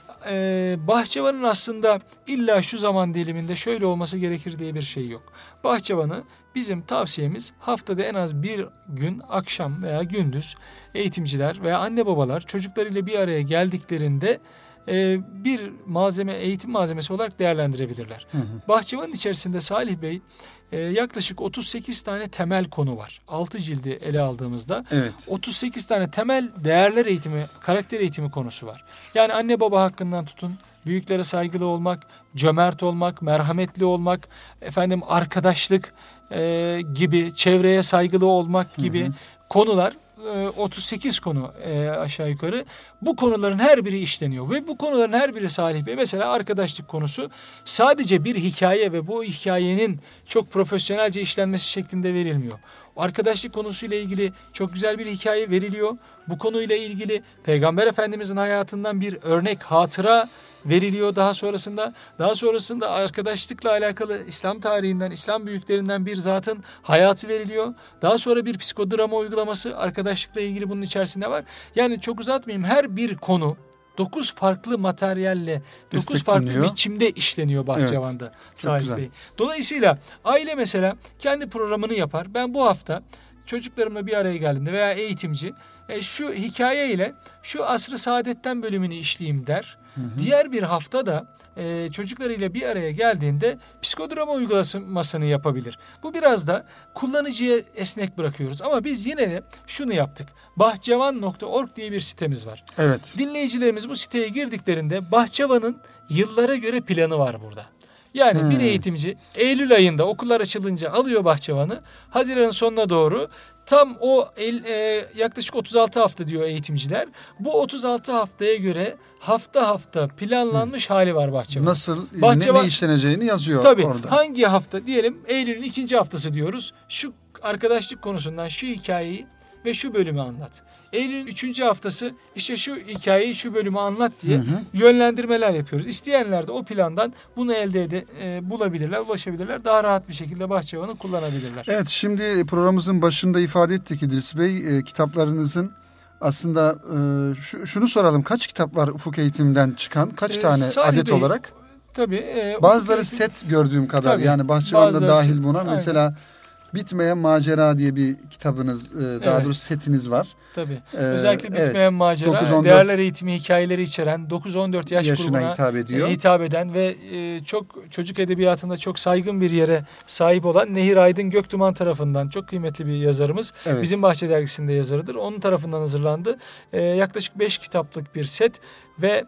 Ee, Bahçıvan'ın aslında illa şu zaman diliminde şöyle olması gerekir diye bir şey yok. Bahçıvan'ı bizim tavsiyemiz haftada en az bir gün akşam veya gündüz eğitimciler veya anne babalar çocuklarıyla bir araya geldiklerinde e, bir malzeme, eğitim malzemesi olarak değerlendirebilirler. Hı hı. Bahçıvan'ın içerisinde Salih Bey e, yaklaşık otuz sekiz tane temel konu var. altı cildi ele aldığımızda evet. otuz sekiz tane temel değerler eğitimi, karakter eğitimi konusu var. Yani anne baba hakkından tutun, büyüklere saygılı olmak, cömert olmak, merhametli olmak, efendim arkadaşlık e, gibi, çevreye saygılı olmak gibi hı hı. konular. otuz sekiz konu e, aşağı yukarı. Bu konuların her biri işleniyor ve bu konuların her biri Salih Bey. Mesela arkadaşlık konusu sadece bir hikaye ve bu hikayenin çok profesyonelce işlenmesi şeklinde verilmiyor. Arkadaşlık konusuyla ilgili çok güzel bir hikaye veriliyor. Bu konuyla ilgili Peygamber Efendimizin hayatından bir örnek, hatıra veriliyor daha sonrasında. Daha sonrasında arkadaşlıkla alakalı İslam tarihinden, İslam büyüklerinden bir zatın hayatı veriliyor. Daha sonra bir psikodrama uygulaması arkadaşlıkla ilgili bunun içerisinde var. Yani çok uzatmayayım, her bir konu dokuz farklı materyalle, dokuz farklı biçimde işleniyor Bahçıvan'da evet, Salih Bey. Dolayısıyla aile mesela kendi programını yapar. Ben bu hafta çocuklarımla bir araya geldiğimde veya eğitimci e, şu hikaye ile şu asr-ı saadetten bölümünü işleyeyim der. Hı hı. Diğer bir hafta da e, çocuklarıyla bir araya geldiğinde psikodrama uygulamasını yapabilir. Bu biraz da kullanıcıya esnek bırakıyoruz. Ama biz yine de şunu yaptık. bahçevan nokta org diye bir sitemiz var. Evet. Dinleyicilerimiz bu siteye girdiklerinde Bahçıvan'ın yıllara göre planı var burada. Yani hmm. bir eğitimci Eylül ayında okullar açılınca alıyor Bahçıvan'ı. Haziran'ın sonuna doğru tam o el, e, yaklaşık otuz altı hafta diyor eğitimciler. Bu otuz altı haftaya göre hafta hafta planlanmış hmm. hali var Bahçıvan. Nasıl Bahçıvan, ne, ne işleneceğini yazıyor tabii, orada. Hangi hafta diyelim Eylül'ün ikinci haftası diyoruz. Şu arkadaşlık konusundan şu hikayeyi ve şu bölümü anlat. Eylül'ün üçüncü haftası işte şu hikayeyi şu bölümü anlat diye hı hı. yönlendirmeler yapıyoruz. İsteyenler de o plandan bunu elde ede, e, bulabilirler, ulaşabilirler. Daha rahat bir şekilde Bahçıvan'ı kullanabilirler. Evet, şimdi programımızın başında ifade ettik İdris Bey. E, kitaplarınızın aslında e, şu, şunu soralım. Kaç kitap var Ufuk Eğitim'den çıkan? Kaç e, tane Salih adet Bey, olarak? Tabii. E, Bazıları Eğitim, set gördüğüm kadar. Tabii, yani Bahçıvan'da dahil buna. Aynen. Mesela Bitmeyen Macera diye bir kitabınız, daha evet. doğrusu setiniz var. Tabii. Ee, Özellikle Bitmeyen evet. Macera, dokuz on dört değerler eğitimi hikayeleri içeren dokuz on dört yaş yaşına grubuna hitap ediyor. hitap eden ve çok çocuk edebiyatında çok saygın bir yere sahip olan Nehir Aydın Göktuman tarafından çok kıymetli bir yazarımız. Evet. Bizim Bahçe Dergisi'nde yazarıdır. Onun tarafından hazırlandı. Ee, yaklaşık beş kitaplık bir set ve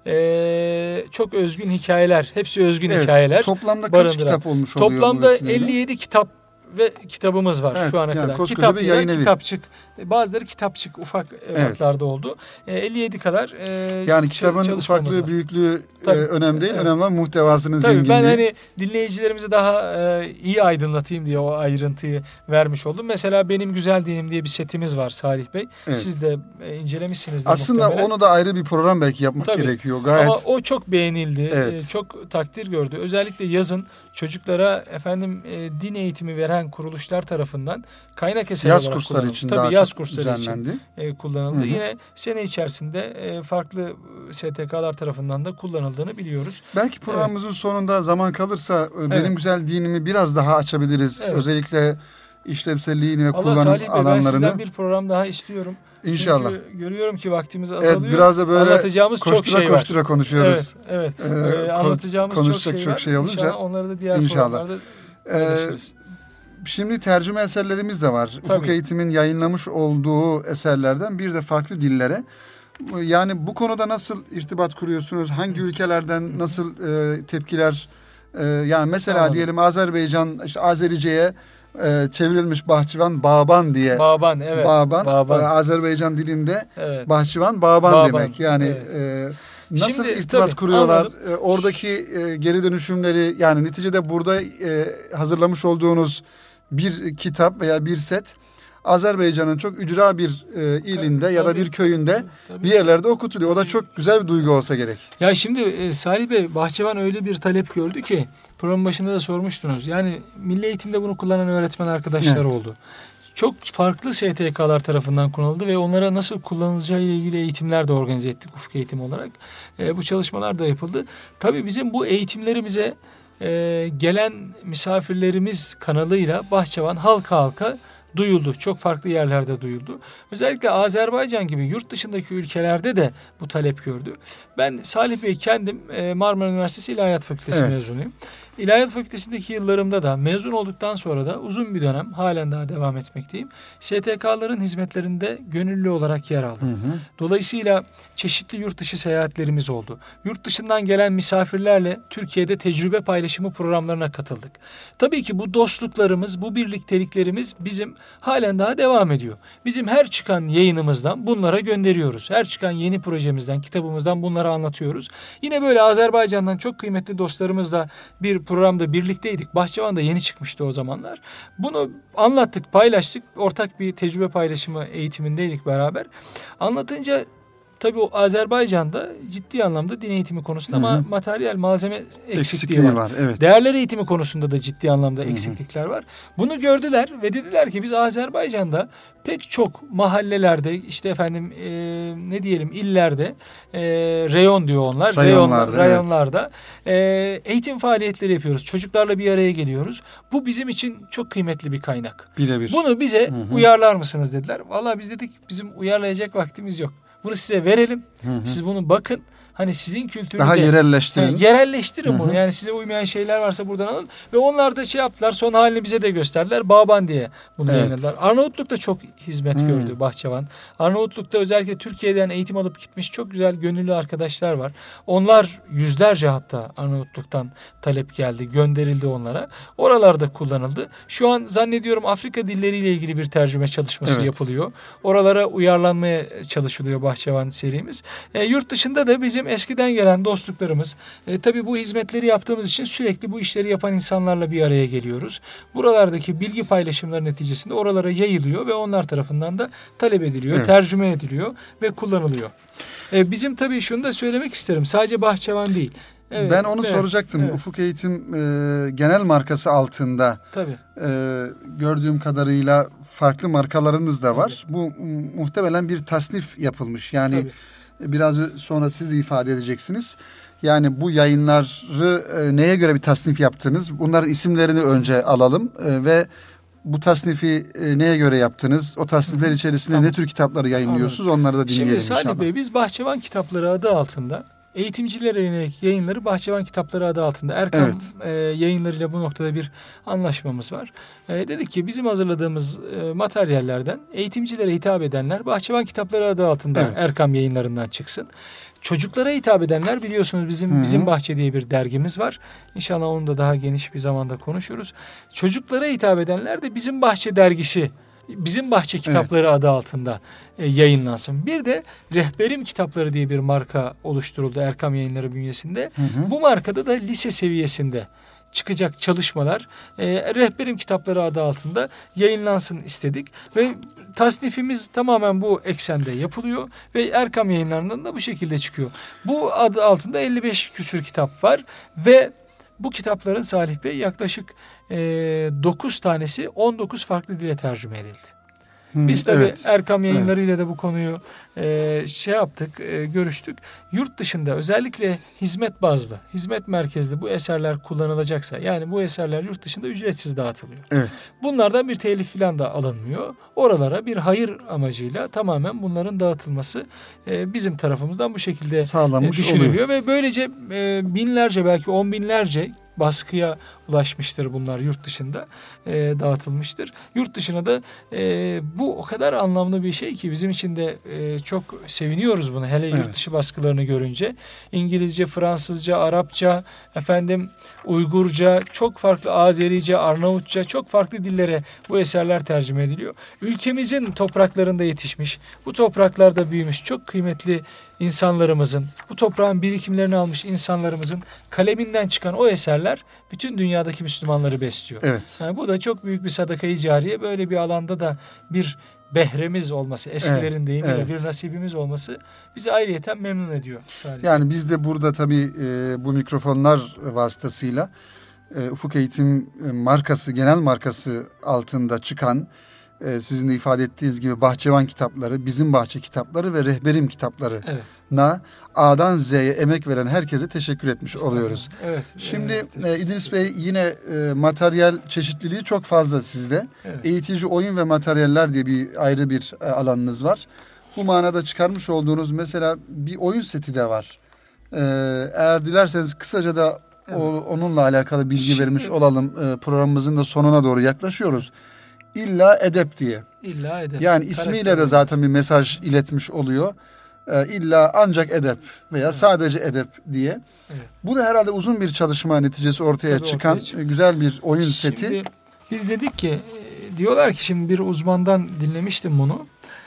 Ee, çok özgün hikayeler. Hepsi özgün evet. hikayeler. Toplamda kaç barındıran. kitap olmuş oluyor? Toplamda elli yedi kitap ve kitabımız var evet, şu ana yani kadar. Kitap bir yayın evi. Kitapçık. Bazıları kitapçık ufak ebatlarda evet. oldu. E, elli yedi kadar e, yani kitabın ufaklığı, var. büyüklüğü e, önemli değil. Evet. Önemli olan muhtevasının Tabii, zenginliği. Ben hani dinleyicilerimizi daha e, iyi aydınlatayım diye o ayrıntıyı vermiş oldum. Mesela Benim Güzel Dinim diye bir setimiz var Salih Bey. Evet. Siz de e, incelemişsinizdir aslında muhtemelen. Onu da ayrı bir program belki yapmak Tabii. gerekiyor. Gayet. Ama o çok beğenildi. Evet. E, çok takdir gördü. Özellikle yazın çocuklara efendim e, din eğitimi veren kuruluşlar tarafından kaynak eser yaz olarak kursları için Tabii, daha yaz çok kursları düzenlendi. için e, kullanıldı. Hı hı. Yine sene içerisinde e, farklı S T K'lar tarafından da kullanıldığını biliyoruz. Belki programımızın evet. sonunda zaman kalırsa evet. Benim Güzel Dinimi biraz daha açabiliriz. Evet. Özellikle işlevselliğini ve Allah kullanım Salih Bey, alanlarını. Ben sizden bir program daha istiyorum. İnşallah. Çünkü görüyorum ki vaktimiz azalıyor. Evet, biraz da böyle anlatacağımız koştura çok şey koştura var. konuşuyoruz. Evet, evet. Ee, Ee, anlatacağımız konuşacak çok şey çok var. şey olunca İnşallah onları da diğer inşallah. programlarda Ee, şimdi tercüme eserlerimiz de var. Tabii. Ufuk Eğitim'in yayınlamış olduğu eserlerden bir de farklı dillere. Yani bu konuda nasıl irtibat kuruyorsunuz? Hangi ülkelerden nasıl e, tepkiler? E, yani mesela Anladım. diyelim Azerbaycan, işte Azerice'ye e, çevrilmiş Bahçıvan Baban diye. Baban, evet. Baban, Baban. E, Azerbaycan dilinde Evet. Bahçıvan Baban, Baban, demek. Yani evet. e, nasıl Şimdi, irtibat tabii, kuruyorlar? anladım. E, oradaki e, geri dönüşümleri, yani neticede burada e, hazırlamış olduğunuz bir kitap veya bir set Azerbaycan'ın çok ücra bir e, ilinde Tabii, ya da bir köyünde tabii. bir yerlerde okutuluyor. O da çok güzel bir duygu olsa gerek. Ya şimdi e, Salih Bey, Bahçıvan öyle bir talep gördü ki programın başında da sormuştunuz. Yani milli eğitimde bunu kullanan öğretmen arkadaşlar Evet. oldu. Çok farklı S T K'lar tarafından kullanıldı ve onlara nasıl kullanılacağı ile ilgili eğitimler de organize ettik Ufuk Eğitim olarak. E, bu çalışmalar da yapıldı. Tabii bizim bu eğitimlerimize e, gelen misafirlerimiz kanalıyla Bahçıvan halka halka duyuldu. Çok farklı yerlerde duyuldu. Özellikle Azerbaycan gibi yurt dışındaki ülkelerde de bu talep gördü. Ben Salih Bey kendim Marmara Üniversitesi İlahiyat Fakültesi Evet. mezunuyum. İlahiyat Fakültesi'ndeki yıllarımda da mezun olduktan sonra da uzun bir dönem halen daha devam etmekteyim. S T K'ların hizmetlerinde gönüllü olarak yer aldım. Hı hı. Dolayısıyla çeşitli yurt dışı seyahatlerimiz oldu. Yurt dışından gelen misafirlerle Türkiye'de tecrübe paylaşımı programlarına katıldık. Tabii ki bu dostluklarımız, bu birlikteliklerimiz bizim halen daha devam ediyor. Bizim her çıkan yayınımızdan bunlara gönderiyoruz. Her çıkan yeni projemizden, kitabımızdan bunları anlatıyoruz. Yine böyle Azerbaycan'dan çok kıymetli dostlarımızla bir programda birlikteydik. Bahçıvan da yeni çıkmıştı o zamanlar. Bunu anlattık, paylaştık. Ortak bir tecrübe paylaşımı eğitimindeydik beraber. Anlatınca tabii o Azerbaycan'da ciddi anlamda din eğitimi konusunda, hı hı, ama materyal malzeme eksikliği, eksikliği var. var. Evet. Değerler eğitimi konusunda da ciddi anlamda eksiklikler, hı hı, var. Bunu gördüler ve dediler ki biz Azerbaycan'da pek çok mahallelerde, işte efendim e, ne diyelim illerde, e, reyon diyor onlar, rayonlarda, reyon, rayonlarda evet, e, eğitim faaliyetleri yapıyoruz. Çocuklarla bir araya geliyoruz. Bu bizim için çok kıymetli bir kaynak. Birebir. Bunu bize, hı hı, uyarlar mısınız dediler. Vallahi biz dedik bizim uyarlayacak vaktimiz yok. Bunu size verelim. Hı hı. Siz bunu bakın. Hani sizin kültürünüze daha yerelleştirin. Yani yerelleştirin, hı hı, bunu. Yani size uymayan şeyler varsa buradan alın. Ve onlar da şey yaptılar. Son halini bize de gösterdiler. Baban diye bunu, evet, yayınladılar. Arnavutluk'ta çok hizmet, hı, gördü Bahçıvan. Arnavutluk'ta özellikle Türkiye'den eğitim alıp gitmiş çok güzel gönüllü arkadaşlar var. Onlar yüzlerce hatta Arnavutluk'tan talep geldi. Gönderildi onlara. Oralarda kullanıldı. Şu an zannediyorum Afrika dilleriyle ilgili bir tercüme çalışması, evet, yapılıyor. Oralara uyarlanmaya çalışılıyor Bahçıvan serimiz. E, yurt dışında da bizim eskiden gelen dostluklarımız, e, tabii bu hizmetleri yaptığımız için sürekli bu işleri yapan insanlarla bir araya geliyoruz. Buralardaki bilgi paylaşımları neticesinde oralara yayılıyor ve onlar tarafından da talep ediliyor, evet, tercüme ediliyor ve kullanılıyor. E, bizim tabii şunu da söylemek isterim. Sadece Bahçıvan değil. Evet, ben onu, evet, soracaktım. Evet. Ufuk Eğitim e, genel markası altında, tabii, e, gördüğüm kadarıyla farklı markalarınız da var. Evet. Bu muhtemelen bir tasnif yapılmış. Yani tabii, biraz sonra siz de ifade edeceksiniz. Yani bu yayınları e, neye göre bir tasnif yaptınız? Bunların isimlerini önce alalım e, ve bu tasnifi e, neye göre yaptınız? O tasnifler içerisinde, tamam, ne tür kitapları yayınlıyorsunuz? Anladım. Onları da dinleyelim Şimdi, inşallah. Şimdi Salih Bey, biz Bahçıvan Kitapları adı altında eğitimcilere yönelik yayınları Bahçıvan Kitapları adı altında Erkam, evet, e, yayınlarıyla bu noktada bir anlaşmamız var. E, dedik ki bizim hazırladığımız e, materyallerden eğitimcilere hitap edenler Bahçıvan Kitapları adı altında, evet, Erkam yayınlarından çıksın. Çocuklara hitap edenler, biliyorsunuz bizim, hı hı, Bizim Bahçe diye bir dergimiz var. İnşallah onu da daha geniş bir zamanda konuşuruz. Çocuklara hitap edenler de Bizim Bahçe dergisi, Bizim Bahçe Kitapları, evet, adı altında e, yayınlansın. Bir de Rehberim Kitapları diye bir marka oluşturuldu Erkam Yayınları bünyesinde. Hı hı. Bu markada da lise seviyesinde çıkacak çalışmalar e, Rehberim Kitapları adı altında yayınlansın istedik. Ve tasnifimiz tamamen bu eksende yapılıyor ve Erkam Yayınları'ndan da bu şekilde çıkıyor. Bu adı altında elli beş küsür kitap var ve bu kitapların Salih Bey yaklaşık e, dokuz tanesi on dokuz farklı dile tercüme edildi. Hmm, Biz tabii evet. Erkam Yayınları Evet. ile de bu konuyu e, şey yaptık, e, görüştük. Yurt dışında özellikle hizmet bazlı, hizmet merkezli bu eserler kullanılacaksa, yani bu eserler yurt dışında ücretsiz dağıtılıyor. Evet. Bunlardan bir telif falan da alınmıyor. Oralara bir hayır amacıyla tamamen bunların dağıtılması e, bizim tarafımızdan bu şekilde e, Sağlanmış düşünülüyor. oluyor. Ve böylece e, binlerce, belki on binlerce baskıya ulaşmıştır bunlar, yurt dışında e, dağıtılmıştır. Yurt dışına da e, bu o kadar anlamlı bir şey ki bizim için de e, çok seviniyoruz bunu. Hele Evet. yurt dışı baskılarını görünce İngilizce, Fransızca, Arapça, efendim Uygurca, çok farklı Azerice, Arnavutça, çok farklı dillere bu eserler tercüme ediliyor. Ülkemizin topraklarında yetişmiş, bu topraklarda büyümüş çok kıymetli insanlarımızın, bu toprağın birikimlerini almış insanlarımızın kaleminden çıkan o eserler bütün dünyadaki Müslümanları besliyor. Evet. Yani bu da çok büyük bir sadaka-i cariye. Böyle bir alanda da bir behremiz olması, eskilerin Evet, deyimiyle evet. bir nasibimiz olması bizi ayrıyeten memnun ediyor. Sadece. Yani biz de burada tabii e, bu mikrofonlar vasıtasıyla e, Ufuk Eğitim e, markası, genel markası altında çıkan, e, sizin de ifade ettiğiniz gibi Bahçevan kitapları, Bizim Bahçe kitapları ve Rehberim kitaplarına Evet. A'dan Z'ye emek veren herkese teşekkür etmiş oluyoruz. Evet. Şimdi evet, e, İdris Bey, yine e, materyal çeşitliliği çok fazla sizde. Evet. Eğitici oyun ve materyaller diye bir ayrı bir e, alanınız var. Bu manada çıkarmış olduğunuz mesela bir oyun seti de var. E, eğer dilerseniz kısaca da Evet. o, onunla alakalı bilgi Şimdi- vermiş olalım. E, programımızın da sonuna doğru yaklaşıyoruz. İlla edep diye. İlla edep. Yani ismiyle Karakter de zaten bir mesaj iletmiş oluyor. E, illa ancak edep veya Evet. sadece edep diye. Evet. Bu da herhalde uzun bir çalışma neticesi ortaya Tabii çıkan ortaya çıktı. güzel bir oyun Şimdi seti. biz dedik ki, e, diyorlar ki, şimdi bir uzmandan dinlemiştim bunu.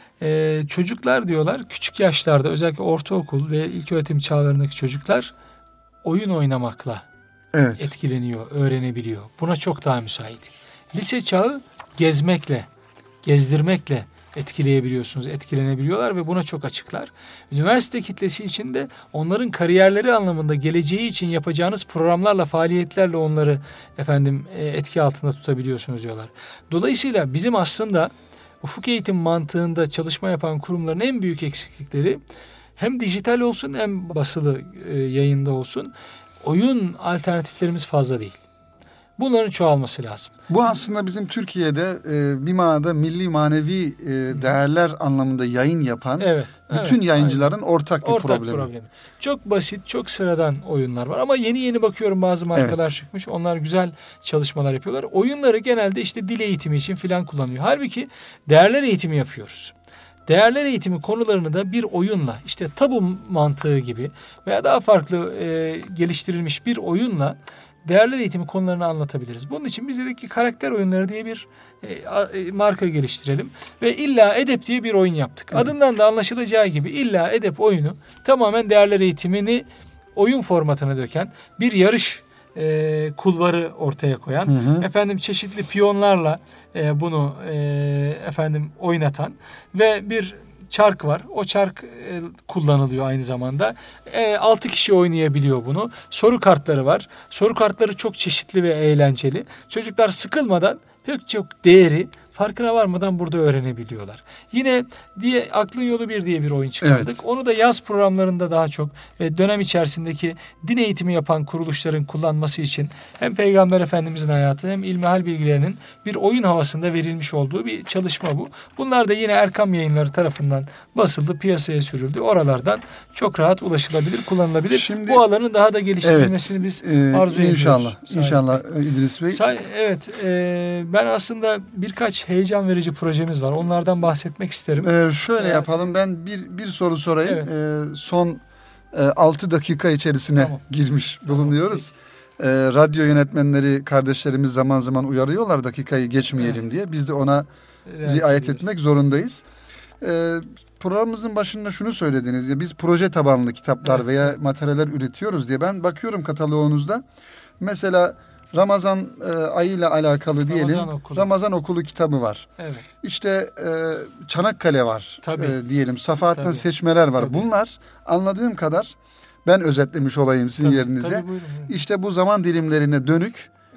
E, çocuklar diyorlar küçük yaşlarda, özellikle ortaokul ve ilköğretim çağlarındaki çocuklar oyun oynamakla Evet. etkileniyor, öğrenebiliyor. Buna çok daha müsait. Lise çağı gezmekle, gezdirmekle etkileyebiliyorsunuz, etkilenebiliyorlar ve buna çok açıklar. Üniversite kitlesi için de onların kariyerleri anlamında geleceği için yapacağınız programlarla, faaliyetlerle onları efendim e, etki altında tutabiliyorsunuz diyorlar. Dolayısıyla bizim aslında ufuk eğitim mantığında çalışma yapan kurumların en büyük eksiklikleri, hem dijital olsun hem basılı e, yayında olsun, oyun alternatiflerimiz fazla değil. Bunların çoğalması lazım. Bu aslında bizim Türkiye'de e, bir manada milli manevi e, değerler anlamında yayın yapan Evet. bütün evet, yayıncıların aynen. ortak bir Ortak problemi. problemi. Çok basit, çok sıradan oyunlar var ama yeni yeni bakıyorum, bazı markalar Evet. çıkmış. Onlar güzel çalışmalar yapıyorlar. Oyunları genelde işte dil eğitimi için filan kullanıyor. Halbuki değerler eğitimi yapıyoruz. Değerler eğitimi konularını da bir oyunla, işte tabu mantığı gibi veya daha farklı e, geliştirilmiş bir oyunla değerler eğitimi konularını anlatabiliriz. Bunun için biz dedik ki karakter oyunları diye bir e, a, e, marka geliştirelim ve illa edep diye bir oyun yaptık. Evet. Adından da anlaşılacağı gibi illa edep oyunu tamamen değerler eğitimini oyun formatına döken bir yarış e, kulvarı ortaya koyan, Hı hı. efendim çeşitli piyonlarla e, bunu e, efendim oynatan ve bir çark var. O çark e, kullanılıyor aynı zamanda. E, altı kişi oynayabiliyor bunu. Soru kartları var. Soru kartları çok çeşitli ve eğlenceli. Çocuklar sıkılmadan pek çok değeri farkına varmadan burada öğrenebiliyorlar. Yine diye Aklın Yolu Bir diye bir oyun çıkardık. Evet. Onu da yaz programlarında daha çok ve dönem içerisindeki din eğitimi yapan kuruluşların kullanması için hem Peygamber Efendimizin hayatı hem ilmihal bilgilerinin bir oyun havasında verilmiş olduğu bir çalışma bu. Bunlar da yine Erkam Yayınları tarafından basıldı, piyasaya sürüldü. Oralardan çok rahat ulaşılabilir, kullanılabilir. Şimdi- bu alanın daha da geliştirilmesini biz Ee, arzu ediyoruz. inşallah, Sayın inşallah e, İdris Bey. Say- Evet, e, ben aslında birkaç heyecan verici projemiz var. Onlardan bahsetmek isterim. Ee, şöyle Eğer yapalım. Ben bir bir soru sorayım. Evet. Ee, son e, altı dakika içerisine Tamam. girmiş bulunuyoruz. Ee, radyo yönetmenleri kardeşlerimiz zaman zaman uyarıyorlar dakikayı geçmeyelim Evet. diye. Biz de ona Riayet riayet ediyoruz. etmek zorundayız. Ee, programımızın başında şunu söylediniz ya, biz proje tabanlı kitaplar Evet. veya materyaller üretiyoruz diye. Ben bakıyorum kataloğunuzda. Mesela Ramazan e, ayıyla alakalı diyelim. Ramazan okulu. Ramazan okulu kitabı var. Evet. İşte e, Çanakkale var Tabii. e, diyelim. Safahattin Tabii. seçmeler var. Tabii. Bunlar anladığım kadar, ben özetlemiş olayım sizin Tabii, yerinize. tabii, buyurun, buyurun. İşte bu zaman dilimlerine dönük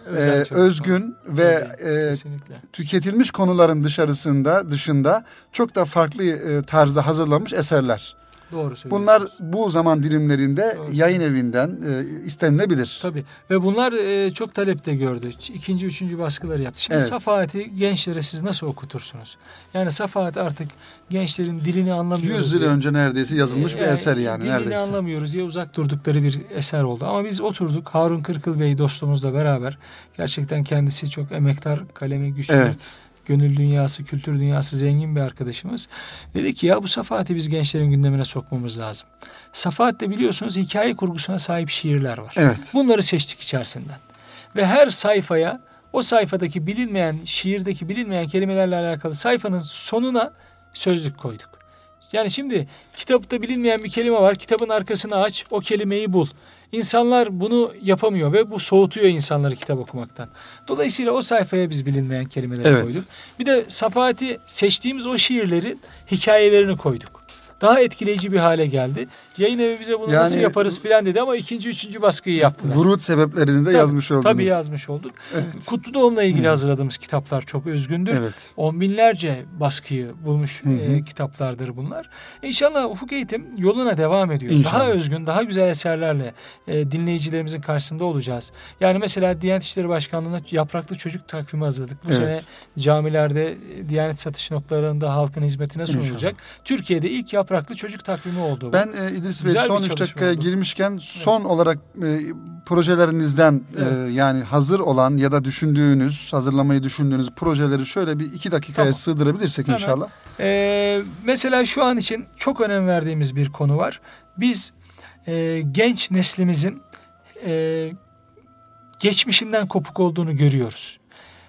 Özel e, çalışma. özgün ve Tabii, e, kesinlikle. tüketilmiş konuların dışarısında dışında çok da farklı e, tarzda hazırlanmış eserler. Doğru söylüyorsunuz. Bunlar bu zaman dilimlerinde Doğru. yayın evinden e, istenilebilir. Tabii ve bunlar e, çok talepte gördü. İkinci, üçüncü baskıları yaptı. Şimdi Evet. Safahat'i gençlere siz nasıl okutursunuz? Yani Safahat artık gençlerin dilini anlamıyoruz. yüz yıl diye. önce neredeyse yazılmış E, bir eser yani dilini neredeyse. anlamıyoruz diye uzak durdukları bir eser oldu. Ama biz oturduk Harun Kırkıl Bey dostumuzla beraber, gerçekten kendisi çok emektar, kalemi güçlü. Evet. Gönül dünyası, kültür dünyası zengin bir arkadaşımız. Dedi ki ya bu Safahat'i biz gençlerin gündemine sokmamız lazım. Safahat'te biliyorsunuz hikaye kurgusuna sahip şiirler var. Evet. Bunları seçtik içerisinden. Ve her sayfaya o sayfadaki bilinmeyen, şiirdeki bilinmeyen kelimelerle alakalı sayfanın sonuna sözlük koyduk. Yani şimdi kitapta bilinmeyen bir kelime var. Kitabın arkasını aç, o kelimeyi bul. İnsanlar bunu yapamıyor ve bu soğutuyor insanları kitap okumaktan. Dolayısıyla o sayfaya biz bilinmeyen kelimeleri Evet. koyduk. Bir de Safahat'i seçtiğimiz o şiirlerin hikayelerini koyduk. Daha etkileyici bir hale geldi. Yayın evi bize bunu Yani, nasıl yaparız filan dedi ama ikinci, üçüncü baskıyı yaptılar. Vurut sebeplerini de Tabii, yazmış oldunuz. Tabii yazmış olduk. Evet. Kutlu Doğum'la ilgili Hı. hazırladığımız kitaplar çok özgündür. Evet. On binlerce baskıyı bulmuş Hı hı. e, kitaplardır bunlar. İnşallah Ufuk Eğitim yoluna devam ediyor. İnşallah. Daha özgün, daha güzel eserlerle e, dinleyicilerimizin karşısında olacağız. Yani mesela Diyanet İşleri Başkanlığı'na yapraklı çocuk takvimi hazırladık. Bu Evet. sene camilerde, e, Diyanet satış noktalarında halkın hizmetine sunulacak. İnşallah. Türkiye'de ilk yapraklı çocuk takvimi oldu bu. Ben e, İdris Bey Güzel bir son üç çalışma dakikaya oldu. girmişken son olarak e, projelerinizden Evet. e, yani hazır olan ya da düşündüğünüz, hazırlamayı düşündüğünüz projeleri şöyle bir iki dakikaya Tamam. sığdırabilirsek Hemen. inşallah. Ee, mesela şu an için çok önem verdiğimiz bir konu var. Biz e, genç neslimizin e, geçmişinden kopuk olduğunu görüyoruz.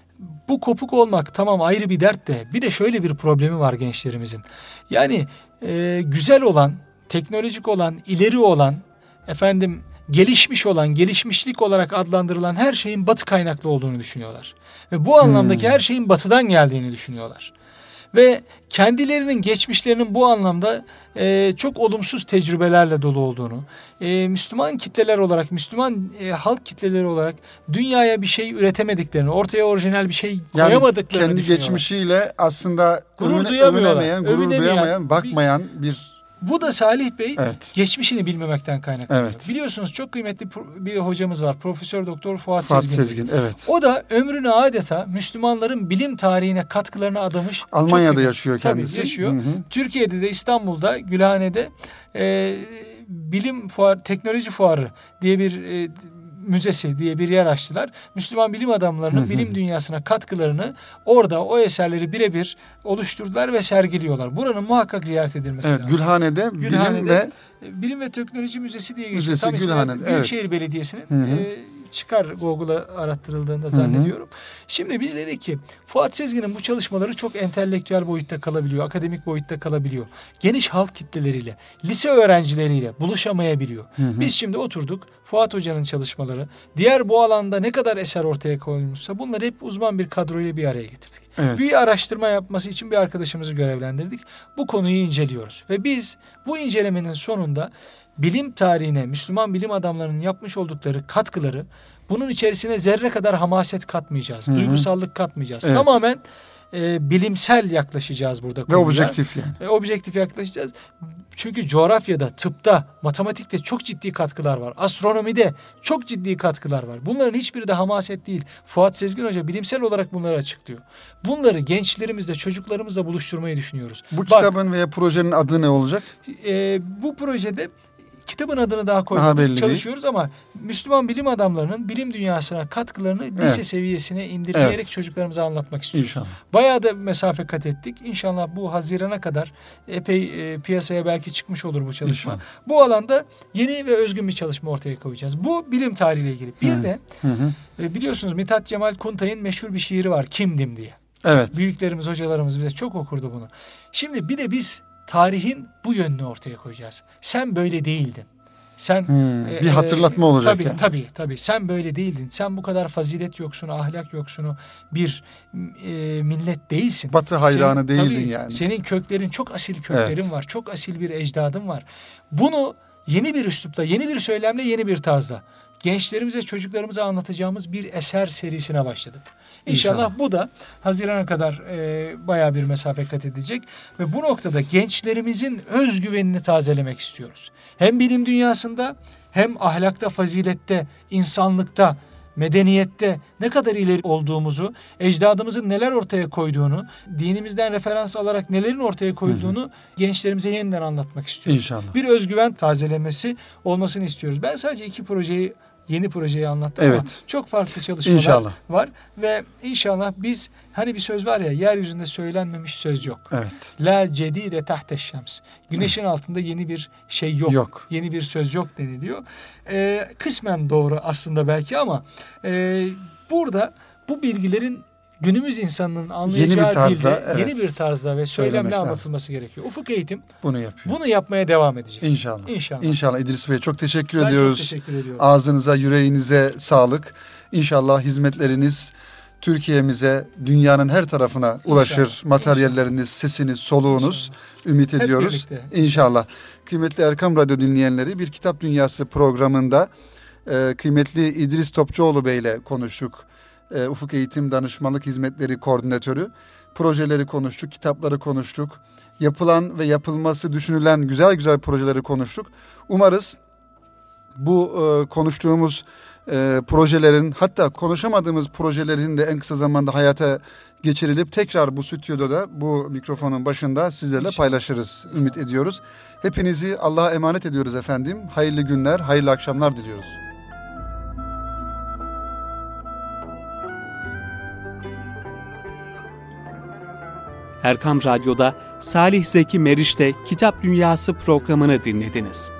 Bu kopuk olmak tamam ayrı bir dert de bir de şöyle bir problemi var gençlerimizin. Yani e, güzel olan, teknolojik olan, ileri olan, efendim gelişmiş olan, gelişmişlik olarak adlandırılan her şeyin batı kaynaklı olduğunu düşünüyorlar. Ve bu anlamdaki Hmm. her şeyin batıdan geldiğini düşünüyorlar. Ve kendilerinin geçmişlerinin bu anlamda e, çok olumsuz tecrübelerle dolu olduğunu, e, Müslüman kitleler olarak, Müslüman e, halk kitleleri olarak dünyaya bir şey üretemediklerini, ortaya orijinal bir şey Yani koyamadıklarını kendi düşünüyorlar. geçmişiyle aslında Gurur övüne, duyamıyorlar, övünemeyen, gurur övünemeyen, duyamayan, bakmayan bir... Bu da Salih Bey Evet. geçmişini bilmemekten kaynaklanıyor. Evet. Biliyorsunuz çok kıymetli pro- bir hocamız var. Profesör Doktor Fuat, Fuat Sezgin. Sezgin, evet. O da ömrünü adeta Müslümanların bilim tarihine katkılarını adamış. Çok Almanya'da kıymetli. yaşıyor kendisi. Tabii yaşıyor. Hı hı. Türkiye'de de İstanbul'da Gülhane'de e, bilim fuar, teknoloji fuarı diye bir e, müzesi diye bir yer açtılar. Müslüman bilim adamlarının Hı hı. bilim dünyasına katkılarını orada o eserleri birebir oluşturdular ve sergiliyorlar. Buranın muhakkak ziyaret edilmesi Evet, lazım. Gülhane'de, Gülhane'de bilim ve Bilim ve Teknoloji Müzesi diye geçiyor. Müzesi Tam ismi Gülhane'de, Büyükşehir evet. Belediyesi'nin Hı hı. e, çıkar Google'a arattırıldığında hı. zannediyorum. Şimdi biz dedik ki Fuat Sezgin'in bu çalışmaları çok entelektüel boyutta kalabiliyor, akademik boyutta kalabiliyor. Geniş halk kitleleriyle, lise öğrencileriyle buluşamayabiliyor. Hı hı. Biz şimdi oturduk Fuat Hoca'nın çalışmaları, diğer bu alanda ne kadar eser ortaya koymuşsa bunları hep uzman bir kadroyla bir araya getirdik. Evet. Bir araştırma yapması için bir arkadaşımızı görevlendirdik. Bu konuyu inceliyoruz ve biz bu incelemenin sonunda bilim tarihine Müslüman bilim adamlarının yapmış oldukları katkıları, bunun içerisine zerre kadar hamaset katmayacağız, Hı hı. duygusallık katmayacağız. Evet. Tamamen e, bilimsel yaklaşacağız burada ve konuya. objektif yani. E, objektif yaklaşacağız. Çünkü coğrafyada, tıpta, matematikte çok ciddi katkılar var. Astronomide çok ciddi katkılar var. Bunların hiçbiri de hamaset değil. Fuat Sezgin Hoca bilimsel olarak bunları açıklıyor. Bunları gençlerimizle, çocuklarımızla buluşturmayı düşünüyoruz. Bu Bak, kitabın veya projenin adı ne olacak? e, bu projede kitabın adını daha Daha koymadık, belli çalışıyoruz ama Müslüman bilim adamlarının bilim dünyasına katkılarını lise Evet. seviyesine indirgeyerek Evet. çocuklarımıza anlatmak istiyoruz. İnşallah. Bayağı da mesafe kat ettik. İnşallah bu Haziran'a kadar epey e, piyasaya belki çıkmış olur bu çalışma. İnşallah. Bu alanda yeni ve özgün bir çalışma ortaya koyacağız. Bu bilim tarihiyle ilgili. Bir Hı. de Hı hı. e, biliyorsunuz Mithat Cemal Kuntay'ın meşhur bir şiiri var. Kimdim diye. Evet. Büyüklerimiz, hocalarımız bize çok okurdu bunu. Şimdi bir de biz tarihin bu yönünü ortaya koyacağız. Sen böyle değildin. Sen Hmm, e, bir hatırlatma e, olacak tabii, yani. Tabii tabii. Sen böyle değildin. Sen bu kadar fazilet yoksunu, ahlak yoksunu bir e, millet değilsin. Batı hayranı Senin- değildin tabii, yani. Senin köklerin çok asil köklerin Evet. var. Çok asil bir ecdadın var. Bunu yeni bir üslupla, yeni bir söylemle, yeni bir tarzla gençlerimize, çocuklarımıza anlatacağımız bir eser serisine başladık. İnşallah, İnşallah. bu da Haziran'a kadar e, bayağı bir mesafe kat edecek ve bu noktada gençlerimizin özgüvenini tazelemek istiyoruz. Hem bilim dünyasında, hem ahlakta, fazilette, insanlıkta, medeniyette ne kadar ileri olduğumuzu, ecdadımızın neler ortaya koyduğunu, dinimizden referans alarak nelerin ortaya koyduğunu hı hı. gençlerimize yeniden anlatmak istiyoruz. İnşallah. Bir özgüven tazelemesi olmasını istiyoruz. Ben sadece iki projeyi, yeni projeyi anlattım evet. ama çok farklı çalışmalar İnşallah. var ve inşallah biz, hani bir söz var ya, yeryüzünde söylenmemiş söz yok. Evet. La cedide tahteş şems. Güneşin evet. altında yeni bir şey yok. yok. Yeni bir söz yok deniliyor. Ee, kısmen doğru aslında belki ama e, burada bu bilgilerin günümüz insanının anlayacağı yeni bir tarzda, dilde, evet. yeni bir tarzda ve söylemle anlatılması gerekiyor. Ufuk Eğitim bunu yapıyor. Bunu yapmaya devam edecek. İnşallah. İnşallah. İnşallah İdris Bey, çok teşekkür ben ediyoruz. Çok teşekkür ediyorum. Ağzınıza, yüreğinize sağlık. İnşallah hizmetleriniz Türkiye'mize, dünyanın her tarafına İnşallah. ulaşır. Materyalleriniz, İnşallah. sesiniz, soluğunuz İnşallah. ümit Hep ediyoruz. Birlikte. İnşallah. Kıymetli Erkam Radyo dinleyenleri, bir Kitap Dünyası programında e, kıymetli İdris Topçuoğlu Bey ile konuştuk. E, Ufuk Eğitim Danışmanlık Hizmetleri Koordinatörü. Projeleri konuştuk, kitapları konuştuk. Yapılan ve yapılması düşünülen güzel güzel projeleri konuştuk. Umarız bu e, konuştuğumuz e, projelerin, hatta konuşamadığımız projelerin de en kısa zamanda hayata geçirilip tekrar bu stüdyoda, bu mikrofonun başında sizlerle İnşallah. paylaşırız. İnşallah. Ümit ediyoruz. Hepinizi Allah'a emanet ediyoruz efendim. Hayırlı günler, hayırlı akşamlar diliyoruz. Erkam Radyo'da Salih Zeki Meriç'te Kitap Dünyası programını dinlediniz.